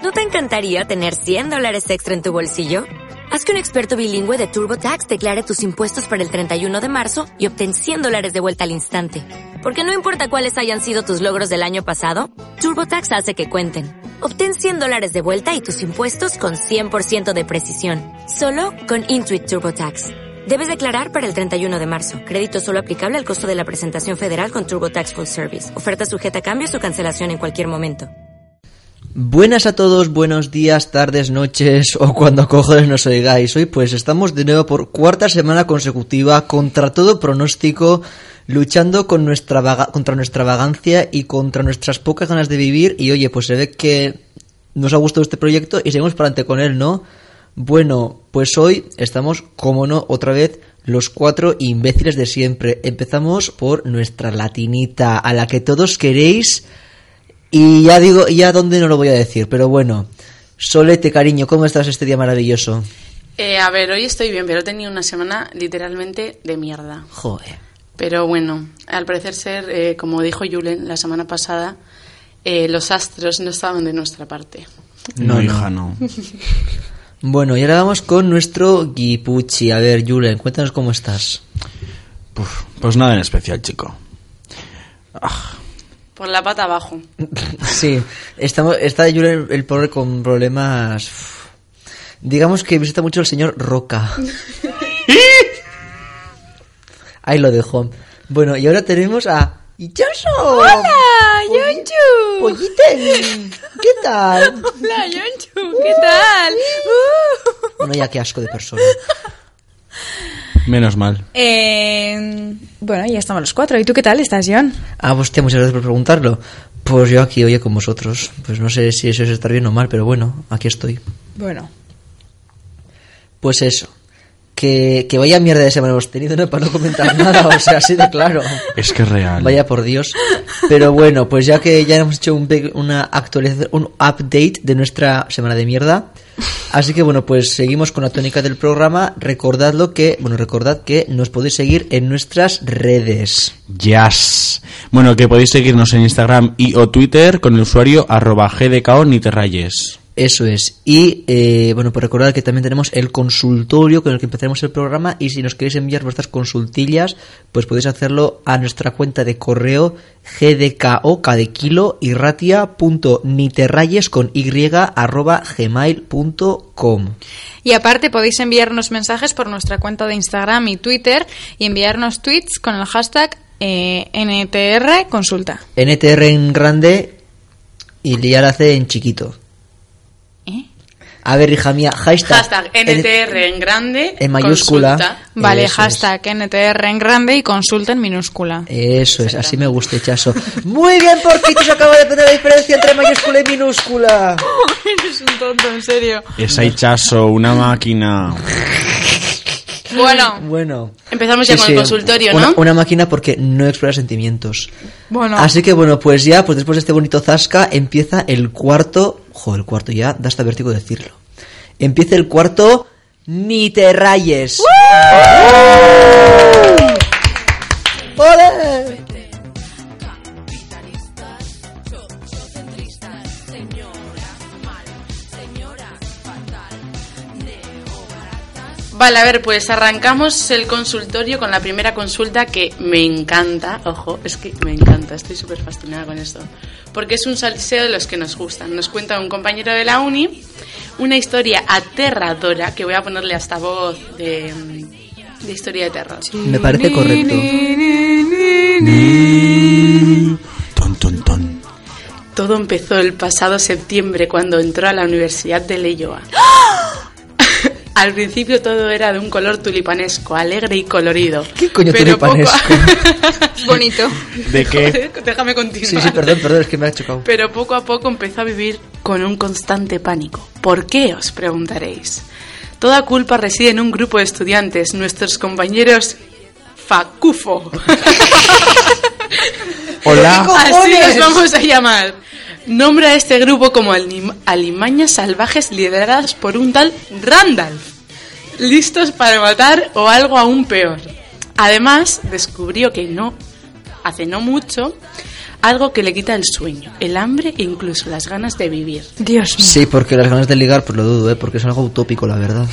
¿No te encantaría tener $100 extra en tu bolsillo? Haz que un experto bilingüe de TurboTax declare tus impuestos para el 31 de marzo y obtén $100 de vuelta al instante. Porque no importa cuáles hayan sido tus logros del año pasado, TurboTax hace que cuenten. Obtén $100 de vuelta y tus impuestos con 100% de precisión. Solo con Intuit TurboTax. Debes declarar para el 31 de marzo. Crédito solo aplicable al costo de la presentación federal con TurboTax Full Service. Oferta sujeta a cambios o cancelación en cualquier momento. Buenas a todos, buenos días, tardes, noches o cuando cojones nos oigáis. Hoy pues estamos de nuevo por cuarta semana consecutiva contra todo pronóstico, luchando con contra nuestra vagancia y contra nuestras pocas ganas de vivir. Y oye, pues se ve que nos ha gustado este proyecto y seguimos para adelante con él, ¿no? Bueno, pues hoy estamos, como no, otra vez los cuatro imbéciles de siempre. Empezamos por nuestra latinita, a la que todos queréis. Y ya digo, ya dónde no lo voy a decir, pero bueno. Solete, cariño, ¿cómo estás este día maravilloso? A ver, hoy estoy bien, pero he tenido una semana literalmente de mierda. Joder. Pero bueno, al parecer ser, como dijo Julen la semana pasada, los astros no estaban de nuestra parte. No, hija, no. Bueno, y ahora vamos con nuestro Guipuchi. A ver, Julen, cuéntanos cómo estás. Pues nada en especial, chico. Por la pata abajo. Sí, está Julen el pobre con problemas. Digamos que visita mucho al señor Roca. Ahí lo dejo. Bueno, y ahora tenemos a Ichaso. ¡Hola, Yonchu! ¡Polliten! ¿Qué tal? Hola, Yonchu, ¿qué tal? Bueno, ya qué asco de persona. Menos mal. Bueno, ya estamos los cuatro. ¿Y tú qué tal estás, John? Hostia, muchas gracias por preguntarlo. Pues yo aquí, oye, con vosotros. Pues no sé si eso es estar bien o mal, pero bueno, aquí estoy. Bueno. Pues eso. Que vaya mierda de semana hemos tenido, ¿no? Para no comentar nada, o sea, así de claro. Es que es real. Vaya por Dios. Pero bueno, pues ya que ya hemos hecho una actualización, un update de nuestra semana de mierda. Así que bueno, pues seguimos con la tónica del programa. Recordad que nos podéis seguir en nuestras redes. Yes. Bueno, que podéis seguirnos en Instagram y o Twitter con el usuario @gdko ni te rayes. Eso es. Y bueno, pues recordad que también tenemos el consultorio con el que empezaremos el programa. Y si nos queréis enviar vuestras consultillas, pues podéis hacerlo a nuestra cuenta de correo gdko de kilo y ratia.niterrayes con y@gmail.com. Y aparte podéis enviarnos mensajes por nuestra cuenta de Instagram y Twitter y enviarnos tweets con el hashtag NTR consulta. NTR en grande y Liar hace en chiquito. A ver, hija mía, hashtag NTR en grande, en mayúscula. Consulta. Vale, Eso hashtag NTR en grande y consulta en minúscula. Eso es, así me gusta, Chaso. Muy bien, porque se acaba de poner la diferencia entre mayúscula y minúscula. Eres un tonto, en serio. Es Ichaso, una máquina. Bueno, empezamos ya con el consultorio, ¿no? Una máquina porque no explora sentimientos. Bueno. Así que bueno, pues ya, pues después de este bonito zasca, empieza el cuarto. Joder, el cuarto ya da hasta vértigo decirlo. Empieza el cuarto. ¡Ni te rayes! ¡Ole! Vale, a ver, pues arrancamos el consultorio con la primera consulta que me encanta. Ojo, es que me encanta, estoy súper fascinada con esto. Porque es un salseo de los que nos gustan. Nos cuenta un compañero de la uni una historia aterradora, que voy a ponerle hasta voz de historia de terror. Me parece correcto. Ton, ton, ton. Todo empezó el pasado septiembre cuando entró a la Universidad de Leioa. Al principio todo era de un color tulipanesco, alegre y colorido. ¿Qué coño tulipanesco? Bonito. ¿De qué? Joder, déjame continuar. Sí, perdón, es que me ha chocado. Pero poco a poco empezó a vivir con un constante pánico. ¿Por qué, os preguntaréis? Toda culpa reside en un grupo de estudiantes, nuestros compañeros Facufo. Hola. Así los vamos a llamar. Nombra a este grupo como alimañas salvajes lideradas por un tal Randolph, listos para matar o algo aún peor. Además, descubrió que hace no mucho algo que le quita el sueño, el hambre e incluso las ganas de vivir. Dios mío. Sí, porque las ganas de ligar, pues lo dudo, porque es algo utópico, la verdad.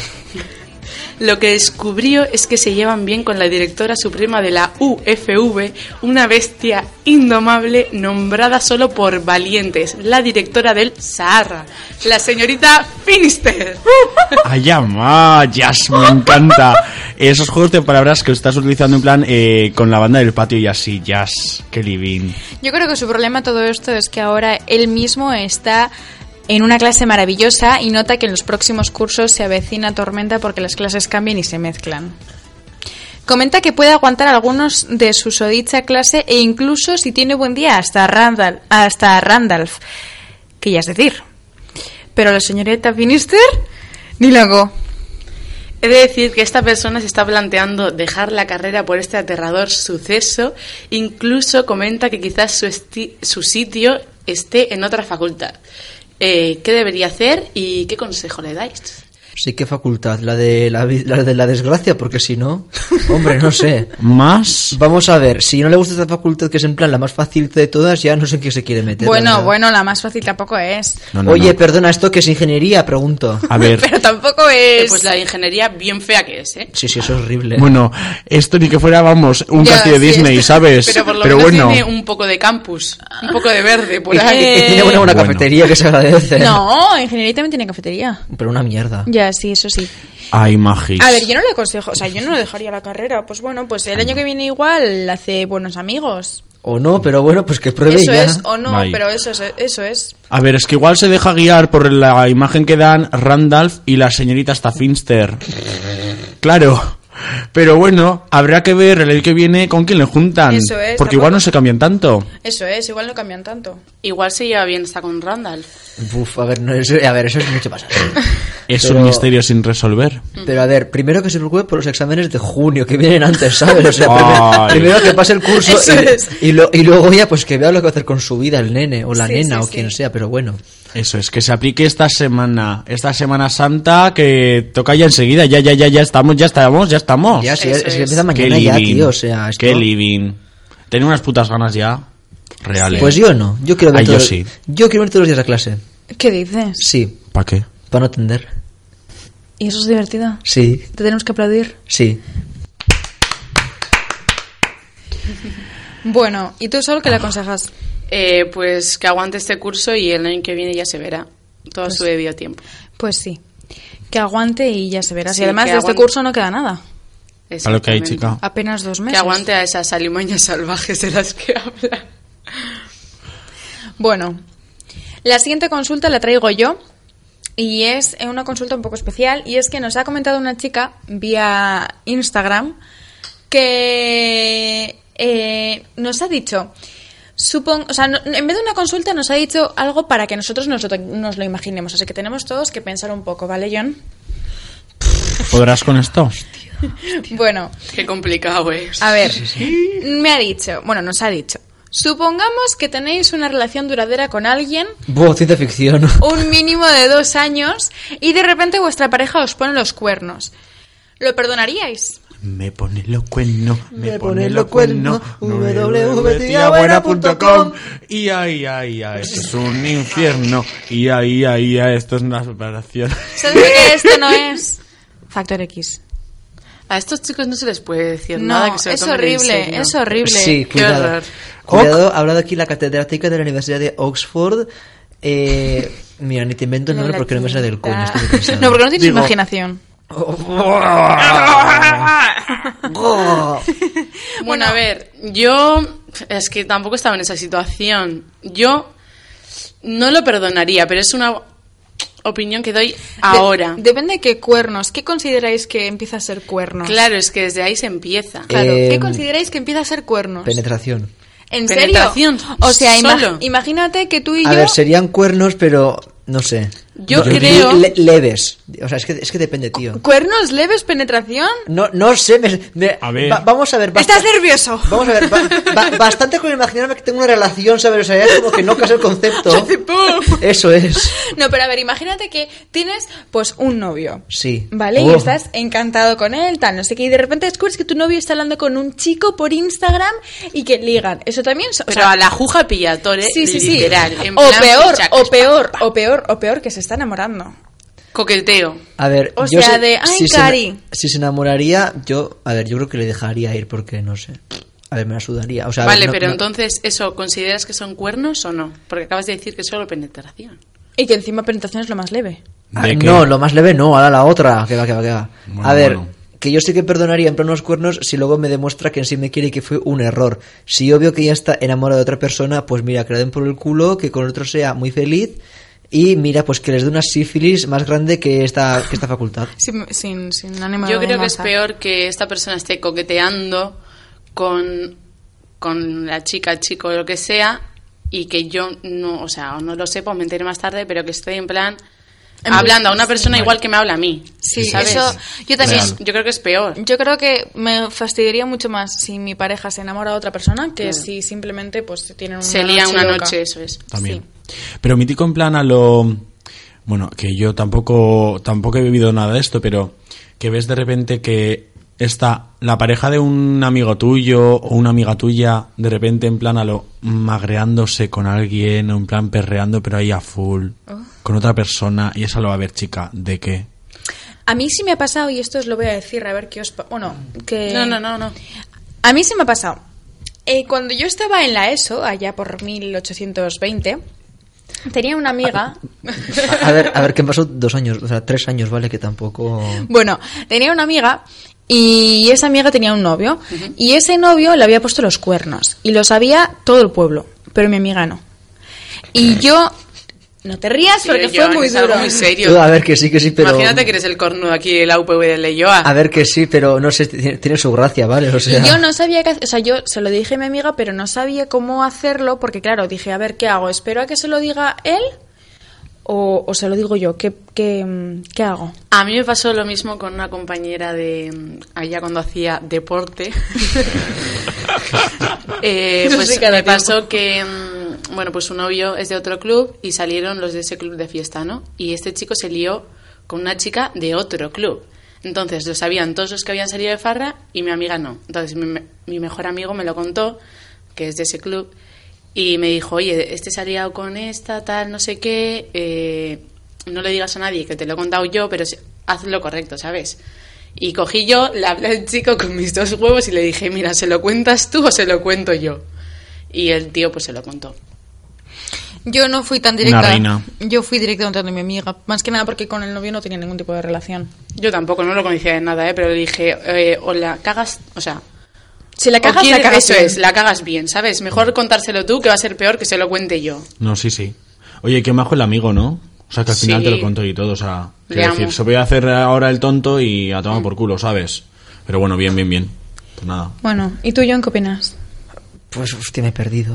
Lo que descubrió es que se llevan bien con la directora suprema de la UFV, una bestia indomable nombrada solo por valientes, la directora del Sahara, la señorita Finisterre. ¡Ay, ama! ¡Jazz! Me encanta. Esos juegos de palabras que estás utilizando en plan con la banda del patio y así, Jazz. ¡Qué living! Yo creo que su problema todo esto es que ahora él mismo está en una clase maravillosa y nota que en los próximos cursos se avecina tormenta porque las clases cambian y se mezclan. Comenta que puede aguantar algunos de su susodicha clase e incluso, si tiene buen día, hasta Randolph, que ya es decir. Pero la señorita Finisterre ni la hago. He de decir que esta persona se está planteando dejar la carrera por este aterrador suceso. Incluso comenta que quizás su sitio esté en otra facultad. ¿Qué debería hacer y qué consejo le dais? Sí, qué facultad, la de la desgracia, porque si no, hombre, no sé. ¿Más? Vamos a ver, si no le gusta esta facultad, que es en plan la más fácil de todas, ya no sé en qué se quiere meter. Bueno, la más fácil tampoco es. No, Oye, no. perdona, ¿esto qué es ingeniería? Pregunto. A ver. Pero tampoco es. Pues la ingeniería bien fea que es, ¿eh? Sí, eso es horrible. Bueno, esto ni que fuera, vamos, un Ya, castillo de sí, Disney, ¿sabes? Pero por lo menos bueno. tiene un poco de campus, un poco de verde por Y ahí. tiene una buena Bueno. cafetería que se agradece. No, ingeniería también tiene cafetería. Pero una mierda. Ya, sí, eso sí. Ay, Magis. A ver, yo no le aconsejo, o sea, yo no dejaría la carrera. Pues bueno, pues el año que viene igual hace buenos amigos. O no, pero bueno, pues que pruebe Eso ya. es, o no, Vale. pero eso es. A ver, es que igual se deja guiar por la imagen que dan Randolph y la señorita Staffinster. Claro. Pero bueno, habrá que ver el año que viene con quién le juntan. Eso es, porque tampoco- igual no se cambian tanto. Eso es, igual no cambian tanto. Igual se lleva bien hasta con Randall. Uf, a ver, eso es mucho pasar. Es Pero- un misterio sin resolver. Pero a ver, primero que se preocupe por los exámenes de junio, que vienen antes, ¿sabes? O sea, Ay. primero que pase el curso Eso es. y luego ya pues que vea lo que va a hacer con su vida el nene, o la Sí, nena, sí, o sí. quien sea, pero bueno. Eso es, que se aplique esta Semana Santa, que toca ya enseguida. Ya estamos. Ya, sí, Eso es que es. empieza Qué mañana ya, living. tío, o sea, esto... Qué living. Tengo unas putas ganas ya. Reales. Pues yo no, yo quiero ver Ay, yo todos- sí. Yo quiero ver todos los días a clase. ¿Qué dices? Sí, ¿Para qué? para no atender. ¿Y eso es divertido? Sí, ¿Te tenemos que aplaudir? sí. Bueno, ¿y tú solo qué le aconsejas? Pues que aguante este curso y el año que viene ya se verá. Todo a su debido tiempo. Pues sí, que aguante y ya se verá. Sí, Y además que de este aguante. curso no queda nada. A lo que hay, Exactamente. chica. Apenas 2 meses. Que aguante a esas alimañas salvajes de las que habla. Bueno, la siguiente consulta la traigo yo y es una consulta un poco especial y es que nos ha comentado una chica vía Instagram que nos ha dicho, o sea, en vez de una consulta nos ha dicho algo para que nosotros nos lo imaginemos, así que tenemos todos que pensar un poco, ¿vale, John? ¿Podrás con esto? Bueno, Qué complicado es. a ver, nos ha dicho, supongamos que tenéis una relación duradera con alguien Buah, ciencia ficción. un mínimo de 2 años y de repente vuestra pareja os pone los cuernos. ¿Lo perdonaríais? Me pone lo cuerno, Me pone lo cuerno, www.tiabuena.com. Y ay, esto es un infierno. Y ay, esto es una separación. ¿Sabes que esto no es Factor X? A estos chicos no se les puede decir No, nada que se lo es tomen en horrible, serio. es horrible. Sí, Qué cuidado. horror. Cuidado, ha hablado aquí la catedrática de la Universidad de Oxford. Mira, ni te invento el nombre porque no me sale del coño. Estoy pensando. No, porque no tienes Digo- imaginación. Bueno, a ver, yo es que tampoco estaba en esa situación. Yo no lo perdonaría, pero es una opinión que doy ahora. Depende de qué cuernos. ¿Qué consideráis que empieza a ser cuernos? Claro, es que desde ahí se empieza. Claro, ¿qué Em, consideráis que empieza a ser cuernos? Penetración. ¿En serio? Penetración, O sea, solo. imagínate que tú y A yo... ver, serían cuernos, pero no sé. Yo creo... leves. O sea, es que depende, tío. ¿Cuernos leves, penetración? No sé, A ver. vamos a ver. ¿Estás nervioso? Vamos a ver, bastante con imaginarme que tengo una relación, ¿sabes? O sea, es como que no casa el concepto. Eso es. No, pero a ver, imagínate que tienes, pues, un novio. Sí. ¿Vale? Y estás encantado con él, tal, no sé qué, y de repente descubres que tu novio está hablando con un chico por Instagram y que ligan. Eso también... Pero a la juja pillatore, sí. literal. En O plan, peor, que se está enamorando. coqueteo. A ver, O yo sea, sé- de, ay, si Cari. si se enamoraría, yo creo que le dejaría ir porque, no sé. A ver, me la sudaría. O sea, a Vale, ver, no- pero no- entonces, ¿eso consideras que son cuernos o no? Porque acabas de decir que es solo penetración. Y que encima penetración es lo más leve. ¿De qué? No, lo más leve no, ahora la otra. Que va. Bueno, a ver, bueno. que yo sí que perdonaría en plan unos cuernos si luego me demuestra que en sí me quiere y que fue un error. Si yo veo que ya está enamorado de otra persona, pues mira, que le den por el culo, que con otro sea muy feliz y mira, pues que les dé una sífilis más grande que esta facultad. Sin ánimo de Yo creo que es venganza. peor que esta persona esté coqueteando con la chica, el chico, lo que sea, y que yo no, o sea, o no lo sepa o me entere más tarde, pero que estoy en plan hablando a una persona igual que me habla a mí. Sí, ¿sabes? eso yo también. Yo creo que es peor. Yo creo que me fastidiaría mucho más si mi pareja se enamora de otra persona que si simplemente pues tienen una Se lía noche una loca. noche, eso es. También. Pero mítico en plan a lo... Bueno, que yo tampoco he vivido nada de esto, pero que ves de repente que está la pareja de un amigo tuyo o una amiga tuya de repente en plan a lo magreándose con alguien o en plan perreando pero ahí a full con otra persona y esa lo va a ver, chica, ¿de qué? A mí sí me ha pasado, y esto os lo voy a decir, a ver qué os... Bueno, que... No. A mí sí me ha pasado. Cuando yo estaba en la ESO, allá por 1820, tenía una amiga... A ver, ¿qué pasó? 2 años, o sea, 3 años, ¿vale? Que tampoco... Bueno, tenía una amiga y esa amiga tenía un novio y ese novio le había puesto los cuernos y lo sabía todo el pueblo, pero mi amiga no. Y yo... No te rías porque Sí, yo, fue muy es algo duro. muy serio. A ver, que sí, pero... Imagínate que eres el cornudo aquí de la UPV de Leioa. A ver, que sí, pero no sé, tiene su gracia, ¿vale? O sea... Y yo no sabía qué hacer, o sea, yo se lo dije a mi amiga, pero no sabía cómo hacerlo, porque claro, dije, a ver, ¿qué hago? ¿Espero a que se lo diga él o se lo digo yo? ¿Qué hago? A mí me pasó lo mismo con una compañera de allá cuando hacía deporte. Pues Sí, cada me tiempo. pasó que bueno, pues su novio es de otro club y salieron los de ese club de fiesta, ¿no? Y este chico se lió con una chica de otro club. Entonces lo sabían todos los que habían salido de farra y mi amiga no. Entonces mi mejor amigo me lo contó, que es de ese club, y me dijo, oye, este se ha liado con esta, tal, no sé qué, no le digas a nadie que te lo he contado yo, pero haz lo correcto, ¿sabes? Y cogí yo, le hablé al chico con mis 2 huevos y le dije, mira, ¿se lo cuentas tú o se lo cuento yo? Y el tío pues se lo contó. Yo no fui tan directa. Una reina. Yo fui directamente a mi amiga, más que nada porque con el novio no tenía ningún tipo de relación. Yo tampoco, no lo conocía de nada, pero le dije, o la cagas, o sea... Si la cagas, o la cagas eso bien. es, la cagas bien, ¿sabes? Mejor contárselo tú, que va a ser peor que se lo cuente yo. No, sí. Oye, qué majo el amigo, ¿no? O sea, que al final Sí. te lo contó y todo, o sea... Le Quiero amo. decir, se voy a hacer ahora el tonto y a tomar por culo, ¿sabes? Pero bueno, bien. Pues nada. Bueno, ¿y tú, John, qué opinas? Pues, hostia, me he perdido.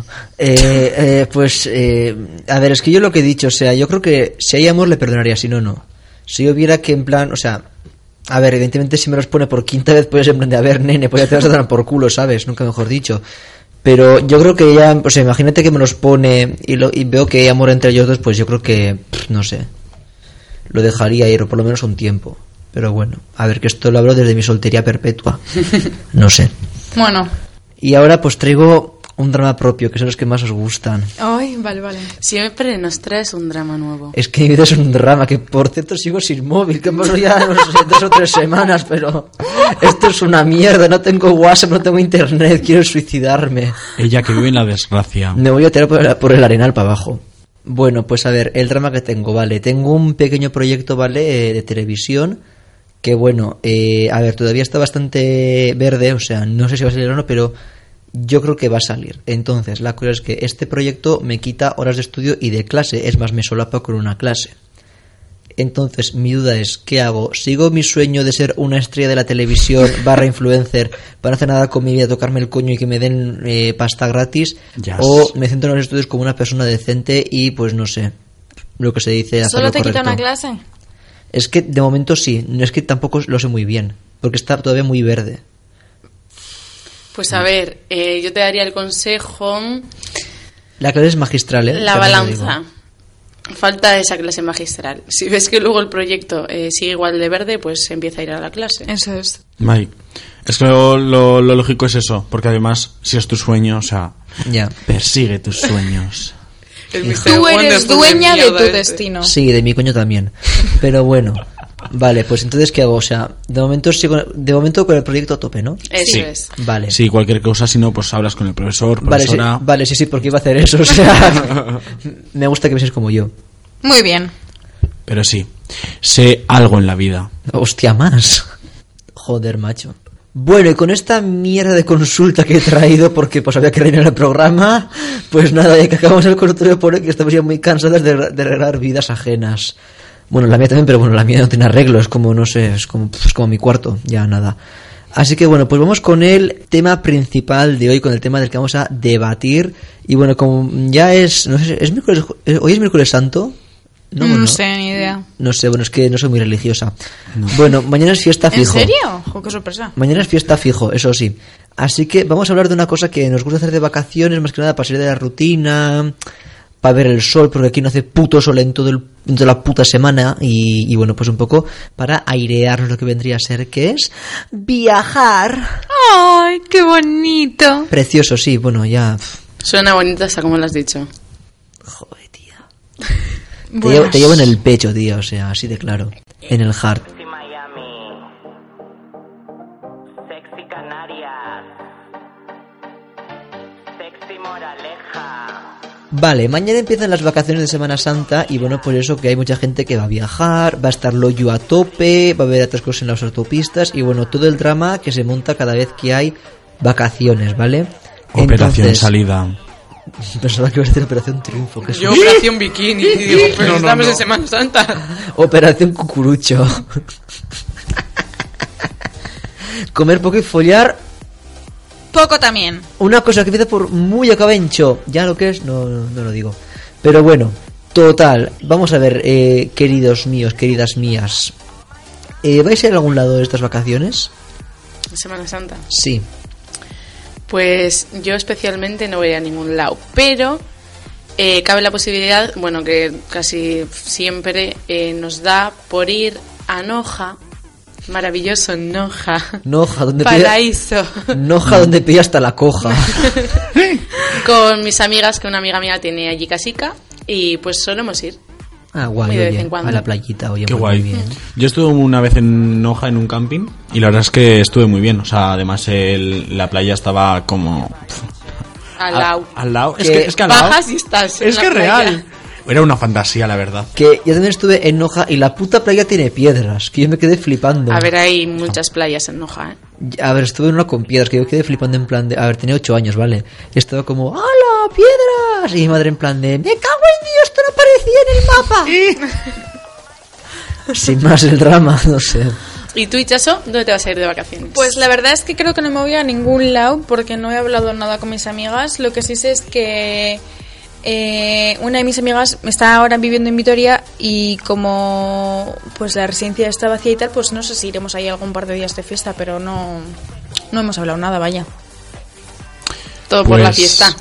A ver, es que yo lo que he dicho, o sea, yo creo que si hay amor le perdonaría, si no, no. Si yo viera que en plan, o sea, a ver, evidentemente si me los pone por 5ª vez, pues en plan de, a ver, nene, pues ya te vas a dar por culo, ¿sabes? Nunca mejor dicho. Pero yo creo que ya, o sea, imagínate que me los pone y veo que hay amor entre ellos dos, pues yo creo que, no sé, lo dejaría ir, o por lo menos un tiempo. Pero bueno, a ver, que esto lo hablo desde mi soltería perpetua. No sé. Bueno. Y ahora pues traigo un drama propio, que son los que más os gustan. Ay, vale. Siempre nos traes un drama nuevo. Es que mi vida es un drama, que por cierto sigo sin móvil, que hemos ya, no sé, 2 o 3 semanas, pero esto es una mierda, no tengo WhatsApp, no tengo internet, quiero suicidarme. Ella que vive en la desgracia. Me voy a tirar por el arenal para abajo. Bueno, pues a ver, el drama que tengo, vale, tengo un pequeño proyecto, vale, de televisión, que bueno, a ver, todavía está bastante verde, o sea, no sé si va a salir o no, pero yo creo que va a salir. Entonces, la cosa es que este proyecto me quita horas de estudio y de clase, es más, me solapa con una clase. Entonces, mi duda es, ¿qué hago? ¿Sigo mi sueño de ser una estrella de la televisión / influencer para no hacer nada con mi vida, tocarme el coño y que me den pasta gratis? Yes. ¿O me centro en los estudios como una persona decente y, pues no sé, lo que se dice hacer ¿Solo lo te quita correcto. una clase? Es que de momento sí, es que tampoco lo sé muy bien, porque está todavía muy verde. Pues a ver, yo te daría el consejo... La clase es magistral, ¿eh? La También lo balanza. digo. Falta esa clase magistral. Si ves que luego el proyecto sigue igual de verde, pues empieza a ir a la clase. Eso es. Vale. Es que lo lógico es eso, porque además, si es tu sueño, o sea, Ya. persigue tus sueños. Tú eres dueña de tu destino. Sí, de mi coño también. Pero bueno, vale, pues entonces ¿qué hago? O sea, de momento con el proyecto a tope, ¿no? Eso Sí. es. Vale. Sí, cualquier cosa, si no, pues hablas con el profesor, Vale, sí, profesora. vale, sí, porque iba a hacer eso, o sea, me gusta que seas como yo. Muy bien. Pero sí, sé algo en la vida. Hostia, más. Joder, macho. Bueno, y con esta mierda de consulta que he traído, porque pues había que rellenar el programa, pues nada, ya que acabamos el consultorio por hoy, que estamos ya muy cansadas de arreglar vidas ajenas. Bueno, la mía también, pero bueno, la mía no tiene arreglo, es como, no sé, es como mi cuarto, ya nada. Así que bueno, pues vamos con el tema principal de hoy, con el tema del que vamos a debatir. Y bueno, como ya es, no sé, ¿hoy es miércoles santo? No sé, ni idea. No sé, bueno, es que no soy muy religiosa. Bueno, mañana es fiesta fijo. ¿En serio? Jo, qué sorpresa. Mañana es fiesta fijo, eso sí. Así que vamos a hablar de una cosa que nos gusta hacer de vacaciones, más que nada para salir de la rutina, para ver el sol, porque aquí no hace puto sol en toda la puta semana. Y bueno, pues un poco para airearnos lo que vendría a ser, que es viajar. ¡Ay, qué bonito! Precioso, sí, bueno, ya. Suena bonito hasta como lo has dicho. Joder, tía. Bueno. Te llevo en el pecho, tío, o sea, así de claro. En el heart. Sexy Miami, sexy Canarias, sexy Moraleja. Vale, mañana empiezan las vacaciones de Semana Santa y bueno, pues eso, que hay mucha gente que va a viajar, va a estar Loyu a tope, va a haber otras cosas en las autopistas y bueno, todo el drama que se monta cada vez que hay vacaciones, ¿vale? Operación Entonces, salida. Pensaba que iba a decir Operación Triunfo. Que Yo Operación Bikini, y digo, pero estamos en Semana Santa. Operación Cucurucho. Comer poco y follar. Poco también. Una cosa que empieza por muy acaba en cho. Ya lo que es, no lo digo. Pero bueno, total. Vamos a ver, queridos míos, queridas mías. ¿Vais a ir a algún lado de estas vacaciones? Semana Santa. Sí. Pues yo especialmente no voy a ningún lado, pero cabe la posibilidad, bueno, que casi siempre nos da por ir a Noja, maravilloso Noja, Noja, donde paraíso, Noja, donde pilla hasta la coja. con mis amigas, que una amiga mía tiene allí casica, y pues solemos ir. Ah, guay, Muy de vez oye, en cuando. a la playita, oye, Qué pues guay. muy bien. Yo estuve una vez en Noja en un camping y la verdad es que estuve muy bien. O sea, además la playa estaba como Al lado. al lado. Que Es que al lado. Bajas y estás en Es la que es playa. real. Era una fantasía, la verdad. Que yo también estuve en Noja y la puta playa tiene piedras, que yo me quedé flipando. A ver, hay muchas playas en Noja, ¿eh? A ver, estuve en una con piedras, que yo quedé flipando en plan de... A ver, tenía 8 años, ¿vale? Y estaba como, ¡hala, piedras! Y mi madre en plan de, ¡me cago en Dios, esto no aparecía en el mapa! Sin más el drama, no sé. ¿Y tú, Ichaso, dónde te vas a ir de vacaciones? Pues la verdad es que creo que no me voy a ningún lado porque no he hablado nada con mis amigas. Lo que sí sé es que una de mis amigas está ahora viviendo en Vitoria y como pues la residencia está vacía y tal, pues no sé si iremos ahí algún par de días de fiesta, pero no hemos hablado nada, vaya. todo por la fiesta.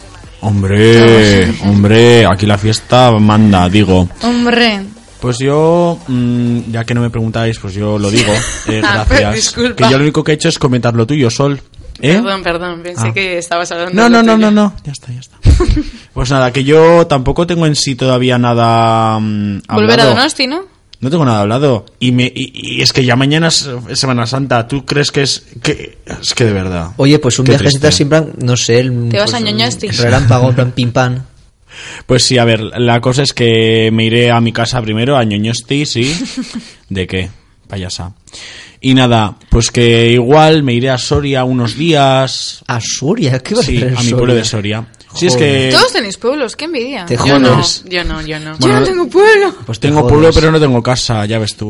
Hombre, aquí la fiesta manda, digo. Hombre, Pues yo, ya que no me preguntáis, pues yo lo digo. Gracias. Disculpa. Que yo lo único que he hecho es comentar lo tuyo, Sol. ¿Eh? Perdón, pensé Ah. que estabas hablando No, de no, lo no, tuyo. no, no. Ya está. Pues nada, que yo tampoco tengo en sí todavía nada volver a hablado. Donosti, ¿no? No tengo nada hablado. Y es que ya mañana es Semana Santa. ¿Tú crees que es que de verdad? Oye, pues un Qué viajecito triste. así en plan, no sé... Te vas pues, a Ñoñasti. Relámpago, en plan pim pam. Pues sí, a ver, la cosa es que me iré a mi casa primero, a Ñoñosti, sí. ¿De qué? Payasa. Y nada, pues que igual me iré a Soria unos días. ¿A Soria? ¿Qué vas a Sí, hacer en a mi Soria? pueblo de Soria. Sí, es que Todos tenéis pueblos, qué envidia. Te Yo no, jodes. yo no. Yo Bueno, no tengo pueblo. Pues te tengo jodes. pueblo, pero no tengo casa, ya ves tú.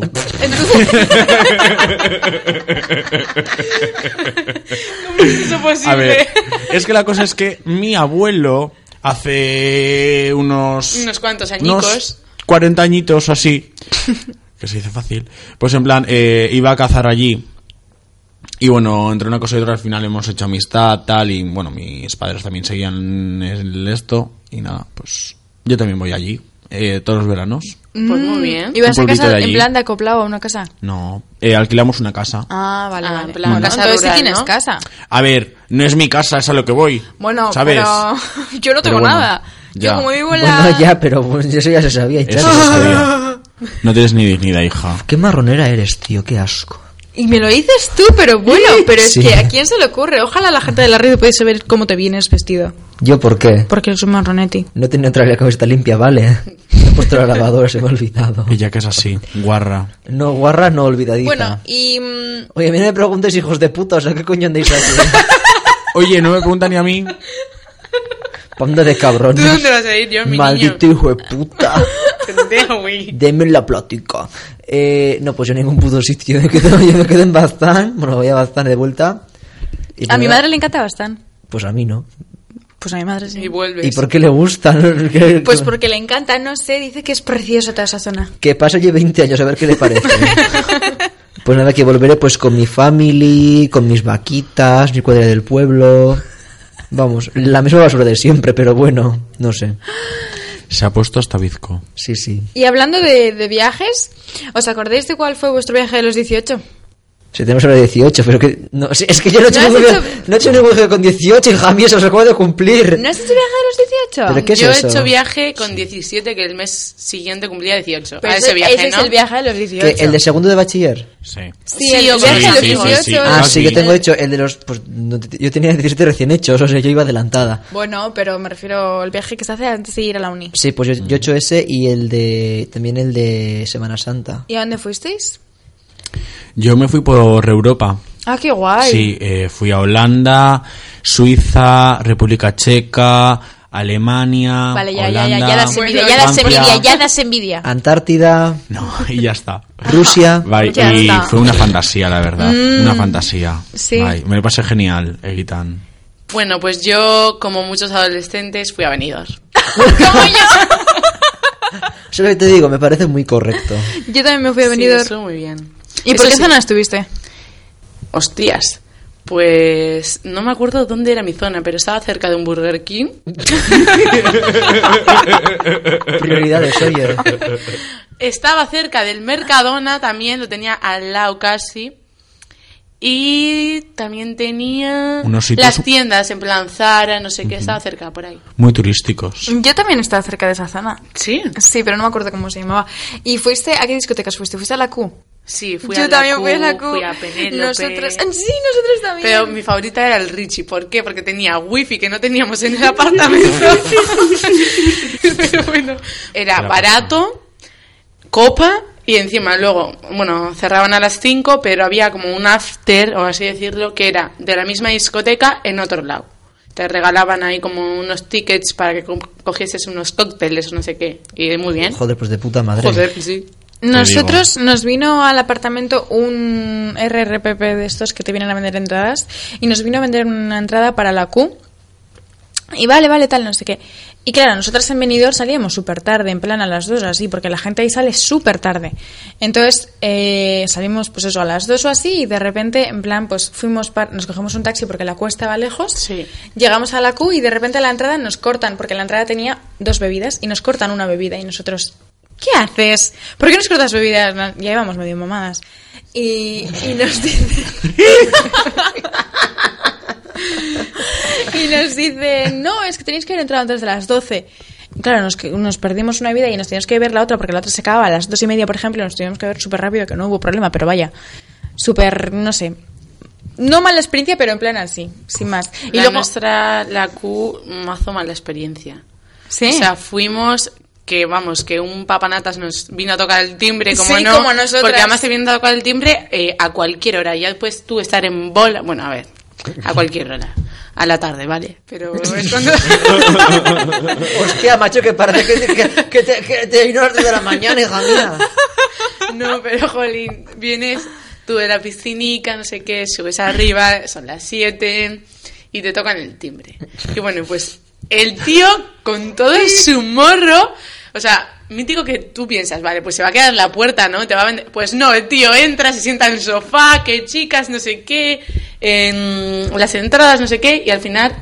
¿Cómo es eso posible? A ver, es que la cosa es que mi abuelo hace unos Unos cuantos añicos. 40 añitos así, que se dice fácil, pues en plan, iba a cazar allí. Y bueno, entre una cosa y otra al final hemos hecho amistad, tal, y bueno, mis padres también seguían esto, y nada, pues yo también voy allí, todos los veranos. Pues muy bien. ¿Ibas a Un pueblito casa de allí. en plan de acoplado a una casa? No, alquilamos una casa. Ah, vale, Ah, vale. en plan, Bueno, casa entonces sí rural, tienes ¿no? casa. A ver, no es mi casa, es a lo que voy. Bueno, ¿sabes? pero yo no tengo Pero bueno, nada. ya. Yo como vivo en la... Bueno, ya, pero pues, eso ya se sabía. Eso Chacho. se sabía. No tienes ni dignidad, hija. Qué marronera eres, tío, qué asco. Y me lo dices tú, pero bueno, pero es Sí. que ¿a quién se le ocurre? Ojalá la gente de la radio pudiese ver cómo te vienes vestido. ¿Yo por qué? Porque eres un marronetti. No tenía otra la camiseta limpia, vale. Me he puesto la lavadora, se me ha olvidado. Ella que es así, guarra. No, guarra, no olvidadiza. Bueno, y... Oye, a mí no me preguntes, hijos de puta, o sea, ¿qué coño andáis aquí? Oye, no me pregunta ni a mí. Panda de ¿Tú cabrones. dónde vas a ir yo, mi Maldito hijo de puta. niño? Güey. Deme la plática. No, pues yo en ningún puto sitio. Yo me quedo en Baztán. Bueno, voy a Baztán de vuelta. Y A mi primero- madre le encanta bastante. Pues a mí no. Pues a mi madre sí. Y vuelves. ¿Y por qué le gusta? Pues porque le encanta, no sé, dice que es preciosa toda esa zona. Que pase allí 20 años a ver qué le parece. Pues nada, que volveré pues con mi family, con mis vaquitas, mi cuadrilla del pueblo. Vamos, la misma basura de siempre, pero bueno, no sé. Se ha puesto hasta bizco. Sí, sí. Y hablando de viajes, ¿os acordáis de cuál fue vuestro viaje de los 18? Si tenemos ahora 18, pero que... No, sí, es que yo no he hecho ¿No has ningún hecho- viaje- no he hecho ningún viaje con 18, hija mía, se os acabo de cumplir. ¿No has hecho viaje de los 18? ¿Pero qué es Yo eso? he hecho viaje con 17, que el mes siguiente cumplía 18. Pero a ese viaje, ¿no? es el viaje de los 18. ¿Que ¿El de segundo de bachiller? Sí. Sí, Sí, el o viaje de los sí, 18. sí, sí. Ah, Ah, sí, sí. yo tengo hecho el de los... Pues, yo tenía 17 recién hechos, o sea, yo iba adelantada. Bueno, pero me refiero al viaje que se hace antes de ir a la uni. Sí, pues yo he hecho ese y el de... También el de Semana Santa. ¿Y a dónde fuisteis? Yo me fui por Europa. Ah, qué guay. Sí, fui a Holanda, Suiza, República Checa, Alemania, Vale, ya Holanda, das envidia, Bueno, ya das Francia. envidia, ya das envidia. Antártida, No, y ya está. Rusia... Bye. Ya Y está. fue una fantasía, la verdad. Una fantasía. Sí. Bye. Me lo pasé genial, Eguitán. Bueno, pues yo, como muchos adolescentes, fui a Benidorm. Eso es lo que te digo, me parece muy correcto. Yo también me fui a Sí, Benidorm. estuvo muy bien. ¿Y por Eso qué sí. zona estuviste? Hostias. Pues no me acuerdo dónde era mi zona, pero estaba cerca de un Burger King. Prioridades, oye. Estaba cerca del Mercadona también, lo tenía al lado casi. Y también tenía Unos sitios- las tiendas, en plan Zara, no sé qué, estaba cerca por ahí. Muy turísticos. Yo también estaba cerca de esa zona. ¿Sí? Sí, pero no me acuerdo cómo se llamaba. ¿Y fuiste a qué discotecas fuiste? ¿Fuiste a la Q? Sí, fui Yo a la también Q, fui a la Q. fui a Penélope. Nosotros también. Pero mi favorita era el Richie. ¿Por qué? Porque tenía wifi que no teníamos en el apartamento. Pero bueno, era barato, copa y encima luego, bueno, cerraban a las 5, pero había como un after, o así decirlo, que era de la misma discoteca en otro lado. Te regalaban ahí como unos tickets para que cogieses unos cócteles o no sé qué. Y muy bien. Joder, pues de puta madre. Joder, sí. Nosotros nos vino al apartamento un RRPP de estos que te vienen a vender entradas y nos vino a vender una entrada para la Q y vale, tal, no sé qué. Y claro, nosotras en Benidorm salíamos súper tarde, en plan a las 2 o así, porque la gente ahí sale súper tarde. Entonces salimos pues eso a las 2 o así y de repente en plan pues nos cogemos un taxi porque la Q estaba lejos. Sí. Llegamos a la Q y de repente a la entrada nos cortan, porque la entrada tenía 2 bebidas y nos cortan una bebida y nosotros... ¿Qué haces? ¿Por qué nos cortas bebidas? Ya íbamos medio mamadas. Y nos dice... y nos dice, no, es que tenéis que haber entrado antes de las 12. Y claro, nos perdimos una bebida y nos teníamos que beber la otra porque la otra se acababa a las 2:30, por ejemplo, y nos teníamos que beber súper rápido, que no hubo problema, pero vaya, súper, no sé... No mala experiencia, pero en plan así, sin más. Y luego... La Q, mazo mala experiencia. ¿Sí? O sea, fuimos... Que vamos, que un papanatas nos vino a tocar el timbre, como Sí, no, como nosotras. porque además te viene a tocar el timbre a cualquier hora, ya puedes tú estar en bola, bueno, a ver, a cualquier hora, a la tarde, ¿vale? Pero es cuando... Hostia, macho, que parece que te vino a las 10 de la mañana, hija mía. No, pero jolín, vienes tú de la piscinica, no sé qué, subes arriba, son las 7 y te tocan el timbre. Y bueno, pues el tío con todo su morro, o sea, mítico que tú piensas, vale, pues se va a quedar en la puerta, ¿no? Te va a vender. Pues no, el tío entra, se sienta en el sofá, que chicas, no sé qué, las entradas, no sé qué, y al final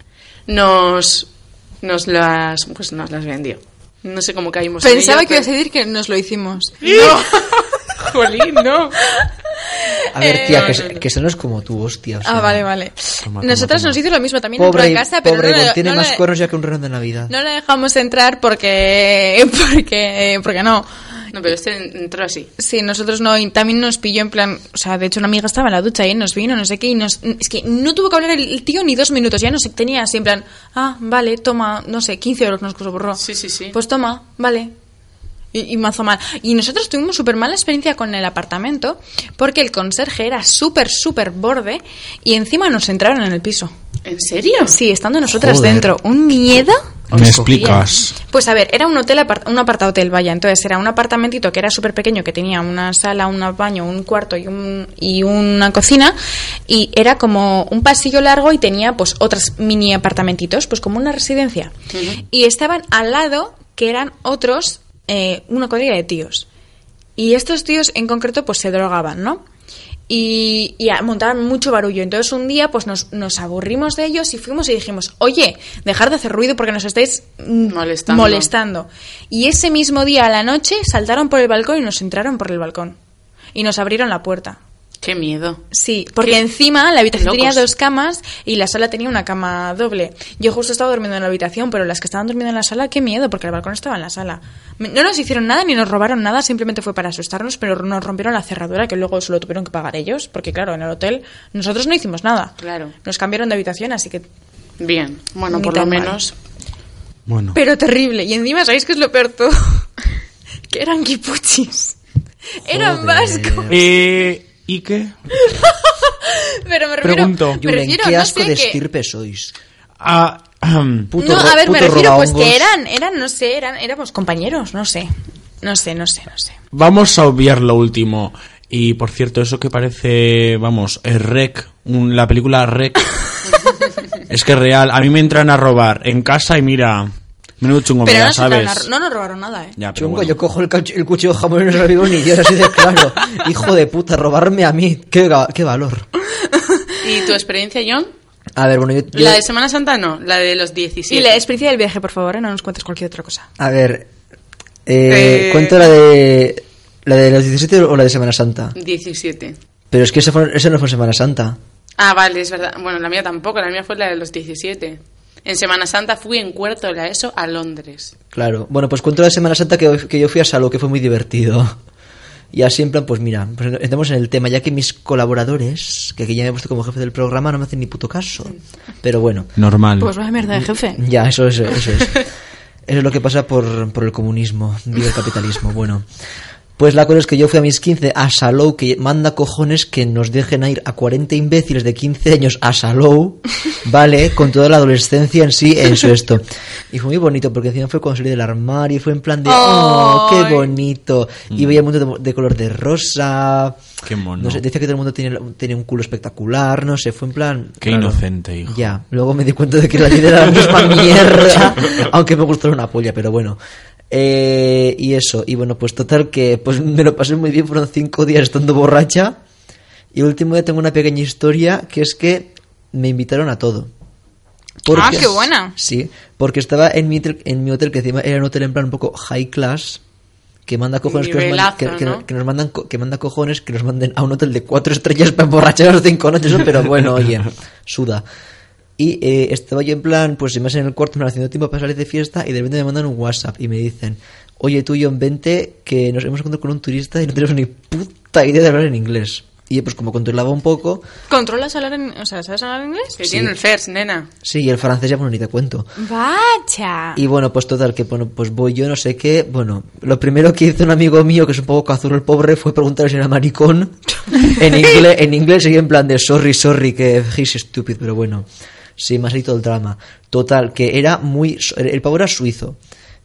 nos las vendió. No sé cómo caímos en Pensaba ello, que ibas a decir que nos lo hicimos. No. Jolín, no. A ver, tía, no. que eso no es como tú, hostia. O sea, Vale. Toma, Nosotras toma. nos hizo lo mismo también dentro Pobre, de casa, pero pobre no, Ivonne, tiene no más le- cuernos ya que un reno de Navidad. no le dejamos entrar porque no. No, pero este entró así. Sí, nosotros no, y también nos pilló en plan, o sea, de hecho una amiga estaba en la ducha y nos vino, no sé qué, y es que no tuvo que hablar el tío ni 2 minutos, ya nos tenía así en plan, vale, toma, no sé, 15 euros nos borró. Sí. Pues toma, vale. Y mazo mal. Y nosotros tuvimos súper mala experiencia con el apartamento porque el conserje era súper borde y encima nos entraron en el piso. ¿En serio? Sí, estando nosotras Joder. dentro. ¿Un miedo? ¿Me explicas? Pues a ver, era un hotel, un apartahotel, vaya. Entonces era un apartamentito que era súper pequeño, que tenía una sala, un baño, un cuarto y una cocina. Y era como un pasillo largo y tenía pues otros mini apartamentitos, pues como una residencia. Ujú. Y estaban al lado, que eran otros, una cuadrilla de tíos. Y estos tíos en concreto pues se drogaban, ¿no? Y montaban mucho barullo. Entonces un día pues nos aburrimos de ellos y fuimos y dijimos, oye, dejar de hacer ruido porque nos estáis molestando. Y ese mismo día a la noche saltaron por el balcón y nos entraron por el balcón. Y nos abrieron la puerta. Qué miedo. Sí, porque encima la habitación Locos. tenía 2 camas y la sala tenía una cama doble. Yo justo estaba durmiendo en la habitación, pero las que estaban durmiendo en la sala, qué miedo, porque el balcón estaba en la sala. No nos hicieron nada ni nos robaron nada, simplemente fue para asustarnos, pero nos rompieron la cerradura, que luego se lo tuvieron que pagar ellos, porque claro, en el hotel nosotros no hicimos nada. Claro. Nos cambiaron de habitación, así que... Bien. Bueno, Ni por lo tan mal. menos. Bueno. Pero terrible. Y encima, ¿sabéis qué es lo peor todo? Que eran guipuchis. Eran vascos. ¿Y qué? Pero me refiero... Pregunto. me Julen, refiero, qué no asco sé, de que- estirpe sois. Puto No, a ver, me refiero pues robahongos. que éramos compañeros, no sé. Vamos a obviar lo último. Y por cierto, eso que parece, vamos, Rec, la película Rec, es que es real. A mí me entran a robar en casa y mira, menudo chungo me Pero da, no, ¿sabes? no nos robaron nada, ¿eh? Ya, pero Chungo, bueno. yo cojo el cuchillo de jamón y no se lo digo ni yo, así de claro. Hijo de puta, robarme a mí. Qué valor. ¿Y tu experiencia, John? A ver, bueno, yo... La de Semana Santa no, la de los 17. Y la experiencia del viaje, por favor, no nos cuentes cualquier otra cosa. A ver... ¿Cuento la de los 17 o la de Semana Santa? 17. Pero es que eso no fue Semana Santa. Ah, vale, es verdad. Bueno, la mía tampoco, la mía fue la de los 17. En Semana Santa fui en cuarto de la ESO a Londres. Claro. Bueno, pues cuento la de Semana Santa que yo fui a Salou, que fue muy divertido. Y así en plan, pues mira, pues entramos en el tema, ya que mis colaboradores, que aquí ya me he puesto como jefe del programa, no me hacen ni puto caso. Pero bueno, Normal. Pues vaya mierda de jefe. ya, eso es. Eso es lo que pasa por el comunismo, viva el capitalismo. Bueno, pues la cosa es que yo fui a mis 15 a Salou, que manda cojones que nos dejen ir a 40 imbéciles de 15 años a Salou, ¿vale? Con toda la adolescencia en sí, eso esto. Y fue muy bonito, porque encima fue cuando salí del armario, y fue en plan de, ¡oh, qué bonito! Y veía el mundo de color de rosa. Qué mono. No sé, decía que todo el mundo tenía un culo espectacular, no sé, fue en plan... Qué claro. inocente, hijo. Ya, luego me di cuenta de que la vida era la misma mierda, aunque me gustó una polla, pero bueno. Y eso, y bueno, pues total que pues me lo pasé muy bien, fueron 5 días estando borracha. Y el último día tengo una pequeña historia, que es que me invitaron a todo. Ah, qué buena. Sí, porque estaba en mi hotel, que encima era un hotel en plan un poco high class, que manda cojones Nivelazo, que nos mandan que manda cojones que nos manden a un hotel de 4 estrellas para emborracharnos 5 noches, ¿no? Pero bueno, oye, suda. Y estaba yo en plan, pues más en el cuarto, haciendo tiempo para salir de fiesta, y de repente me mandan un WhatsApp y me dicen, oye tú, John, vente, que nos hemos encontrado con un turista y no tenemos ni puta idea de hablar en inglés. Y yo, pues como controlaba un poco, ¿Controlas hablar o sea, sabes hablar inglés? Que Sí. tiene el first, nena. sí, y el francés ya, bueno, ni te cuento. Vaya. Y bueno, pues total, que bueno, pues voy yo, no sé qué. Bueno, lo primero que hizo un amigo mío, que es un poco cazurro el pobre, fue preguntarle si era maricón. En inglés y en plan de sorry, que he's stupid, pero bueno. Sí, me ha salido el drama. Total, que era el pavo era suizo.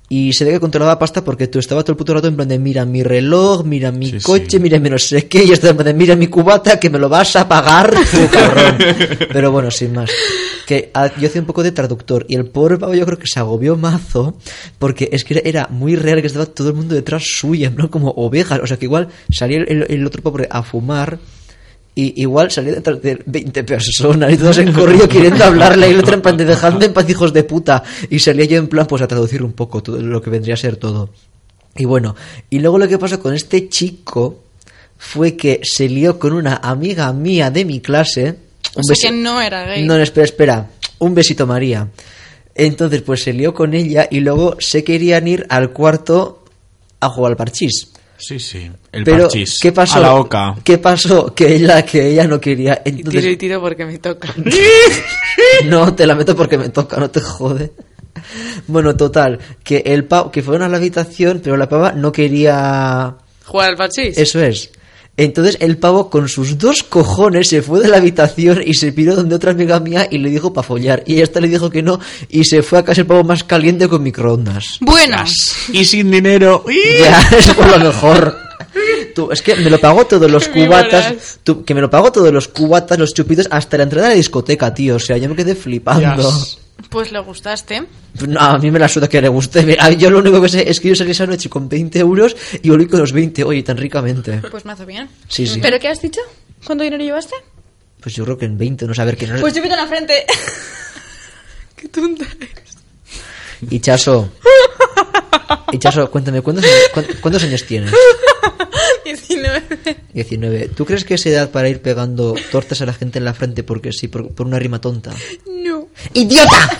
Y se ve que controlaba pasta porque tú estabas todo el puto rato en plan de mira mi reloj, mira mi Sí, coche, sí. mira mi no sé qué, y estaba en plan de mira mi cubata que me lo vas a pagar tú, cabrón. Pero bueno, sin más. Que yo hacía un poco de traductor y el pobre pavo yo creo que se agobió mazo porque es que era muy real que estaba todo el mundo detrás suya, ¿no? Como ovejas. O sea que igual salía el otro pobre a fumar. Y igual salía detrás de 20 personas y todos en corrido queriendo hablarle y el otro en plan de dejadme en paz, hijos de puta. Y salía yo en plan pues a traducir un poco todo lo que vendría a ser todo. Y bueno, y luego lo que pasó con este chico fue que se lió con una amiga mía de mi clase. O sea que no era gay. No, espera. Un besito, María. Entonces pues se lió con ella y luego se querían ir al cuarto a jugar al parchís. Sí. El Pero, parchís. ¿qué pasó? A la oca. ¿Qué pasó? Que ella no quería. Y Entonces, tiro y tiro porque me toca. no, te la meto porque me toca, no te jode. Bueno, total, que el pavo, que fueron a la habitación, pero la pava no quería. ¿Jugar al parchís? Eso es. Entonces el pavo con sus 2 cojones se fue de la habitación y se piró donde otra amiga mía y le dijo para follar. Y esta le dijo que no y se fue a casa el pavo más caliente con microondas. Bueno, Y sin dinero. Ya, es por lo mejor. Tú, es que me lo pagó todos los Me cubatas. molas. Tú, que me lo pagó todos los cubatas, los chupitos, hasta la entrada a la discoteca, tío. O sea, yo me quedé flipando. Yes. pues le gustaste. No, a mí me la suda que le guste. Yo lo único que sé es que yo salí esa noche con 20 euros y volví con los 20. Oye, tan ricamente. Pues me hace bien. Sí, sí. ¿Pero qué has dicho? ¿Cuánto dinero llevaste? Pues yo creo que en 20, no saber que no. Pues yo en la frente. Qué tonta. Y Chaso, cuéntame, ¿cuántos años tienes? 19. 19. ¿Tú crees que es edad para ir pegando tortas a la gente en la frente porque sí, por una rima tonta? No. ¡Idiota!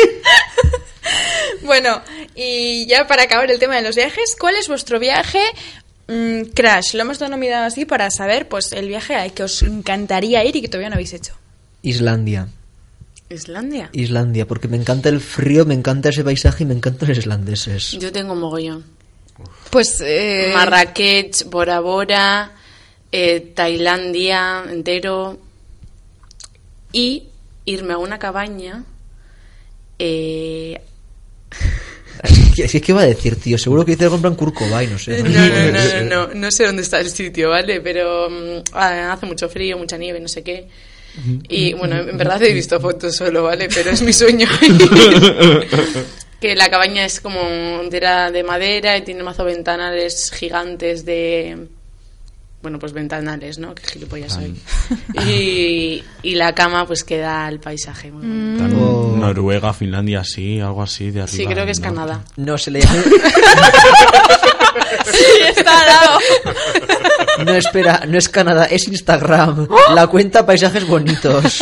Bueno, y ya para acabar el tema de los viajes, ¿cuál es vuestro viaje crash? Lo hemos denominado así para saber pues el viaje al que os encantaría ir y que todavía no habéis hecho. Islandia. ¿Islandia? Porque me encanta el frío, me encanta ese paisaje y me encantan los islandeses. Yo tengo mogollón. Pues Marrakech, Bora Bora, Tailandia entero. Y irme a una cabaña. ¿Qué va a decir, tío? Seguro que dice algo en plan Kurt Cobain, no sé. No sé dónde está el sitio, ¿vale? Pero hace mucho frío, mucha nieve, no sé qué. Y bueno, en verdad he visto fotos solo, ¿vale? Pero es mi sueño. Que la cabaña es como entera de madera y tiene mazo ventanales gigantes de... Bueno, pues ventanales, ¿no? Qué gilipollas soy. Y la cama pues queda al paisaje. Oh. Noruega, Finlandia, sí, algo así de arriba. Sí, creo que es ¿no? Canadá. No, se le llama... sí, está al lado. No, espera, no es Canadá, es Instagram. La cuenta Paisajes Bonitos.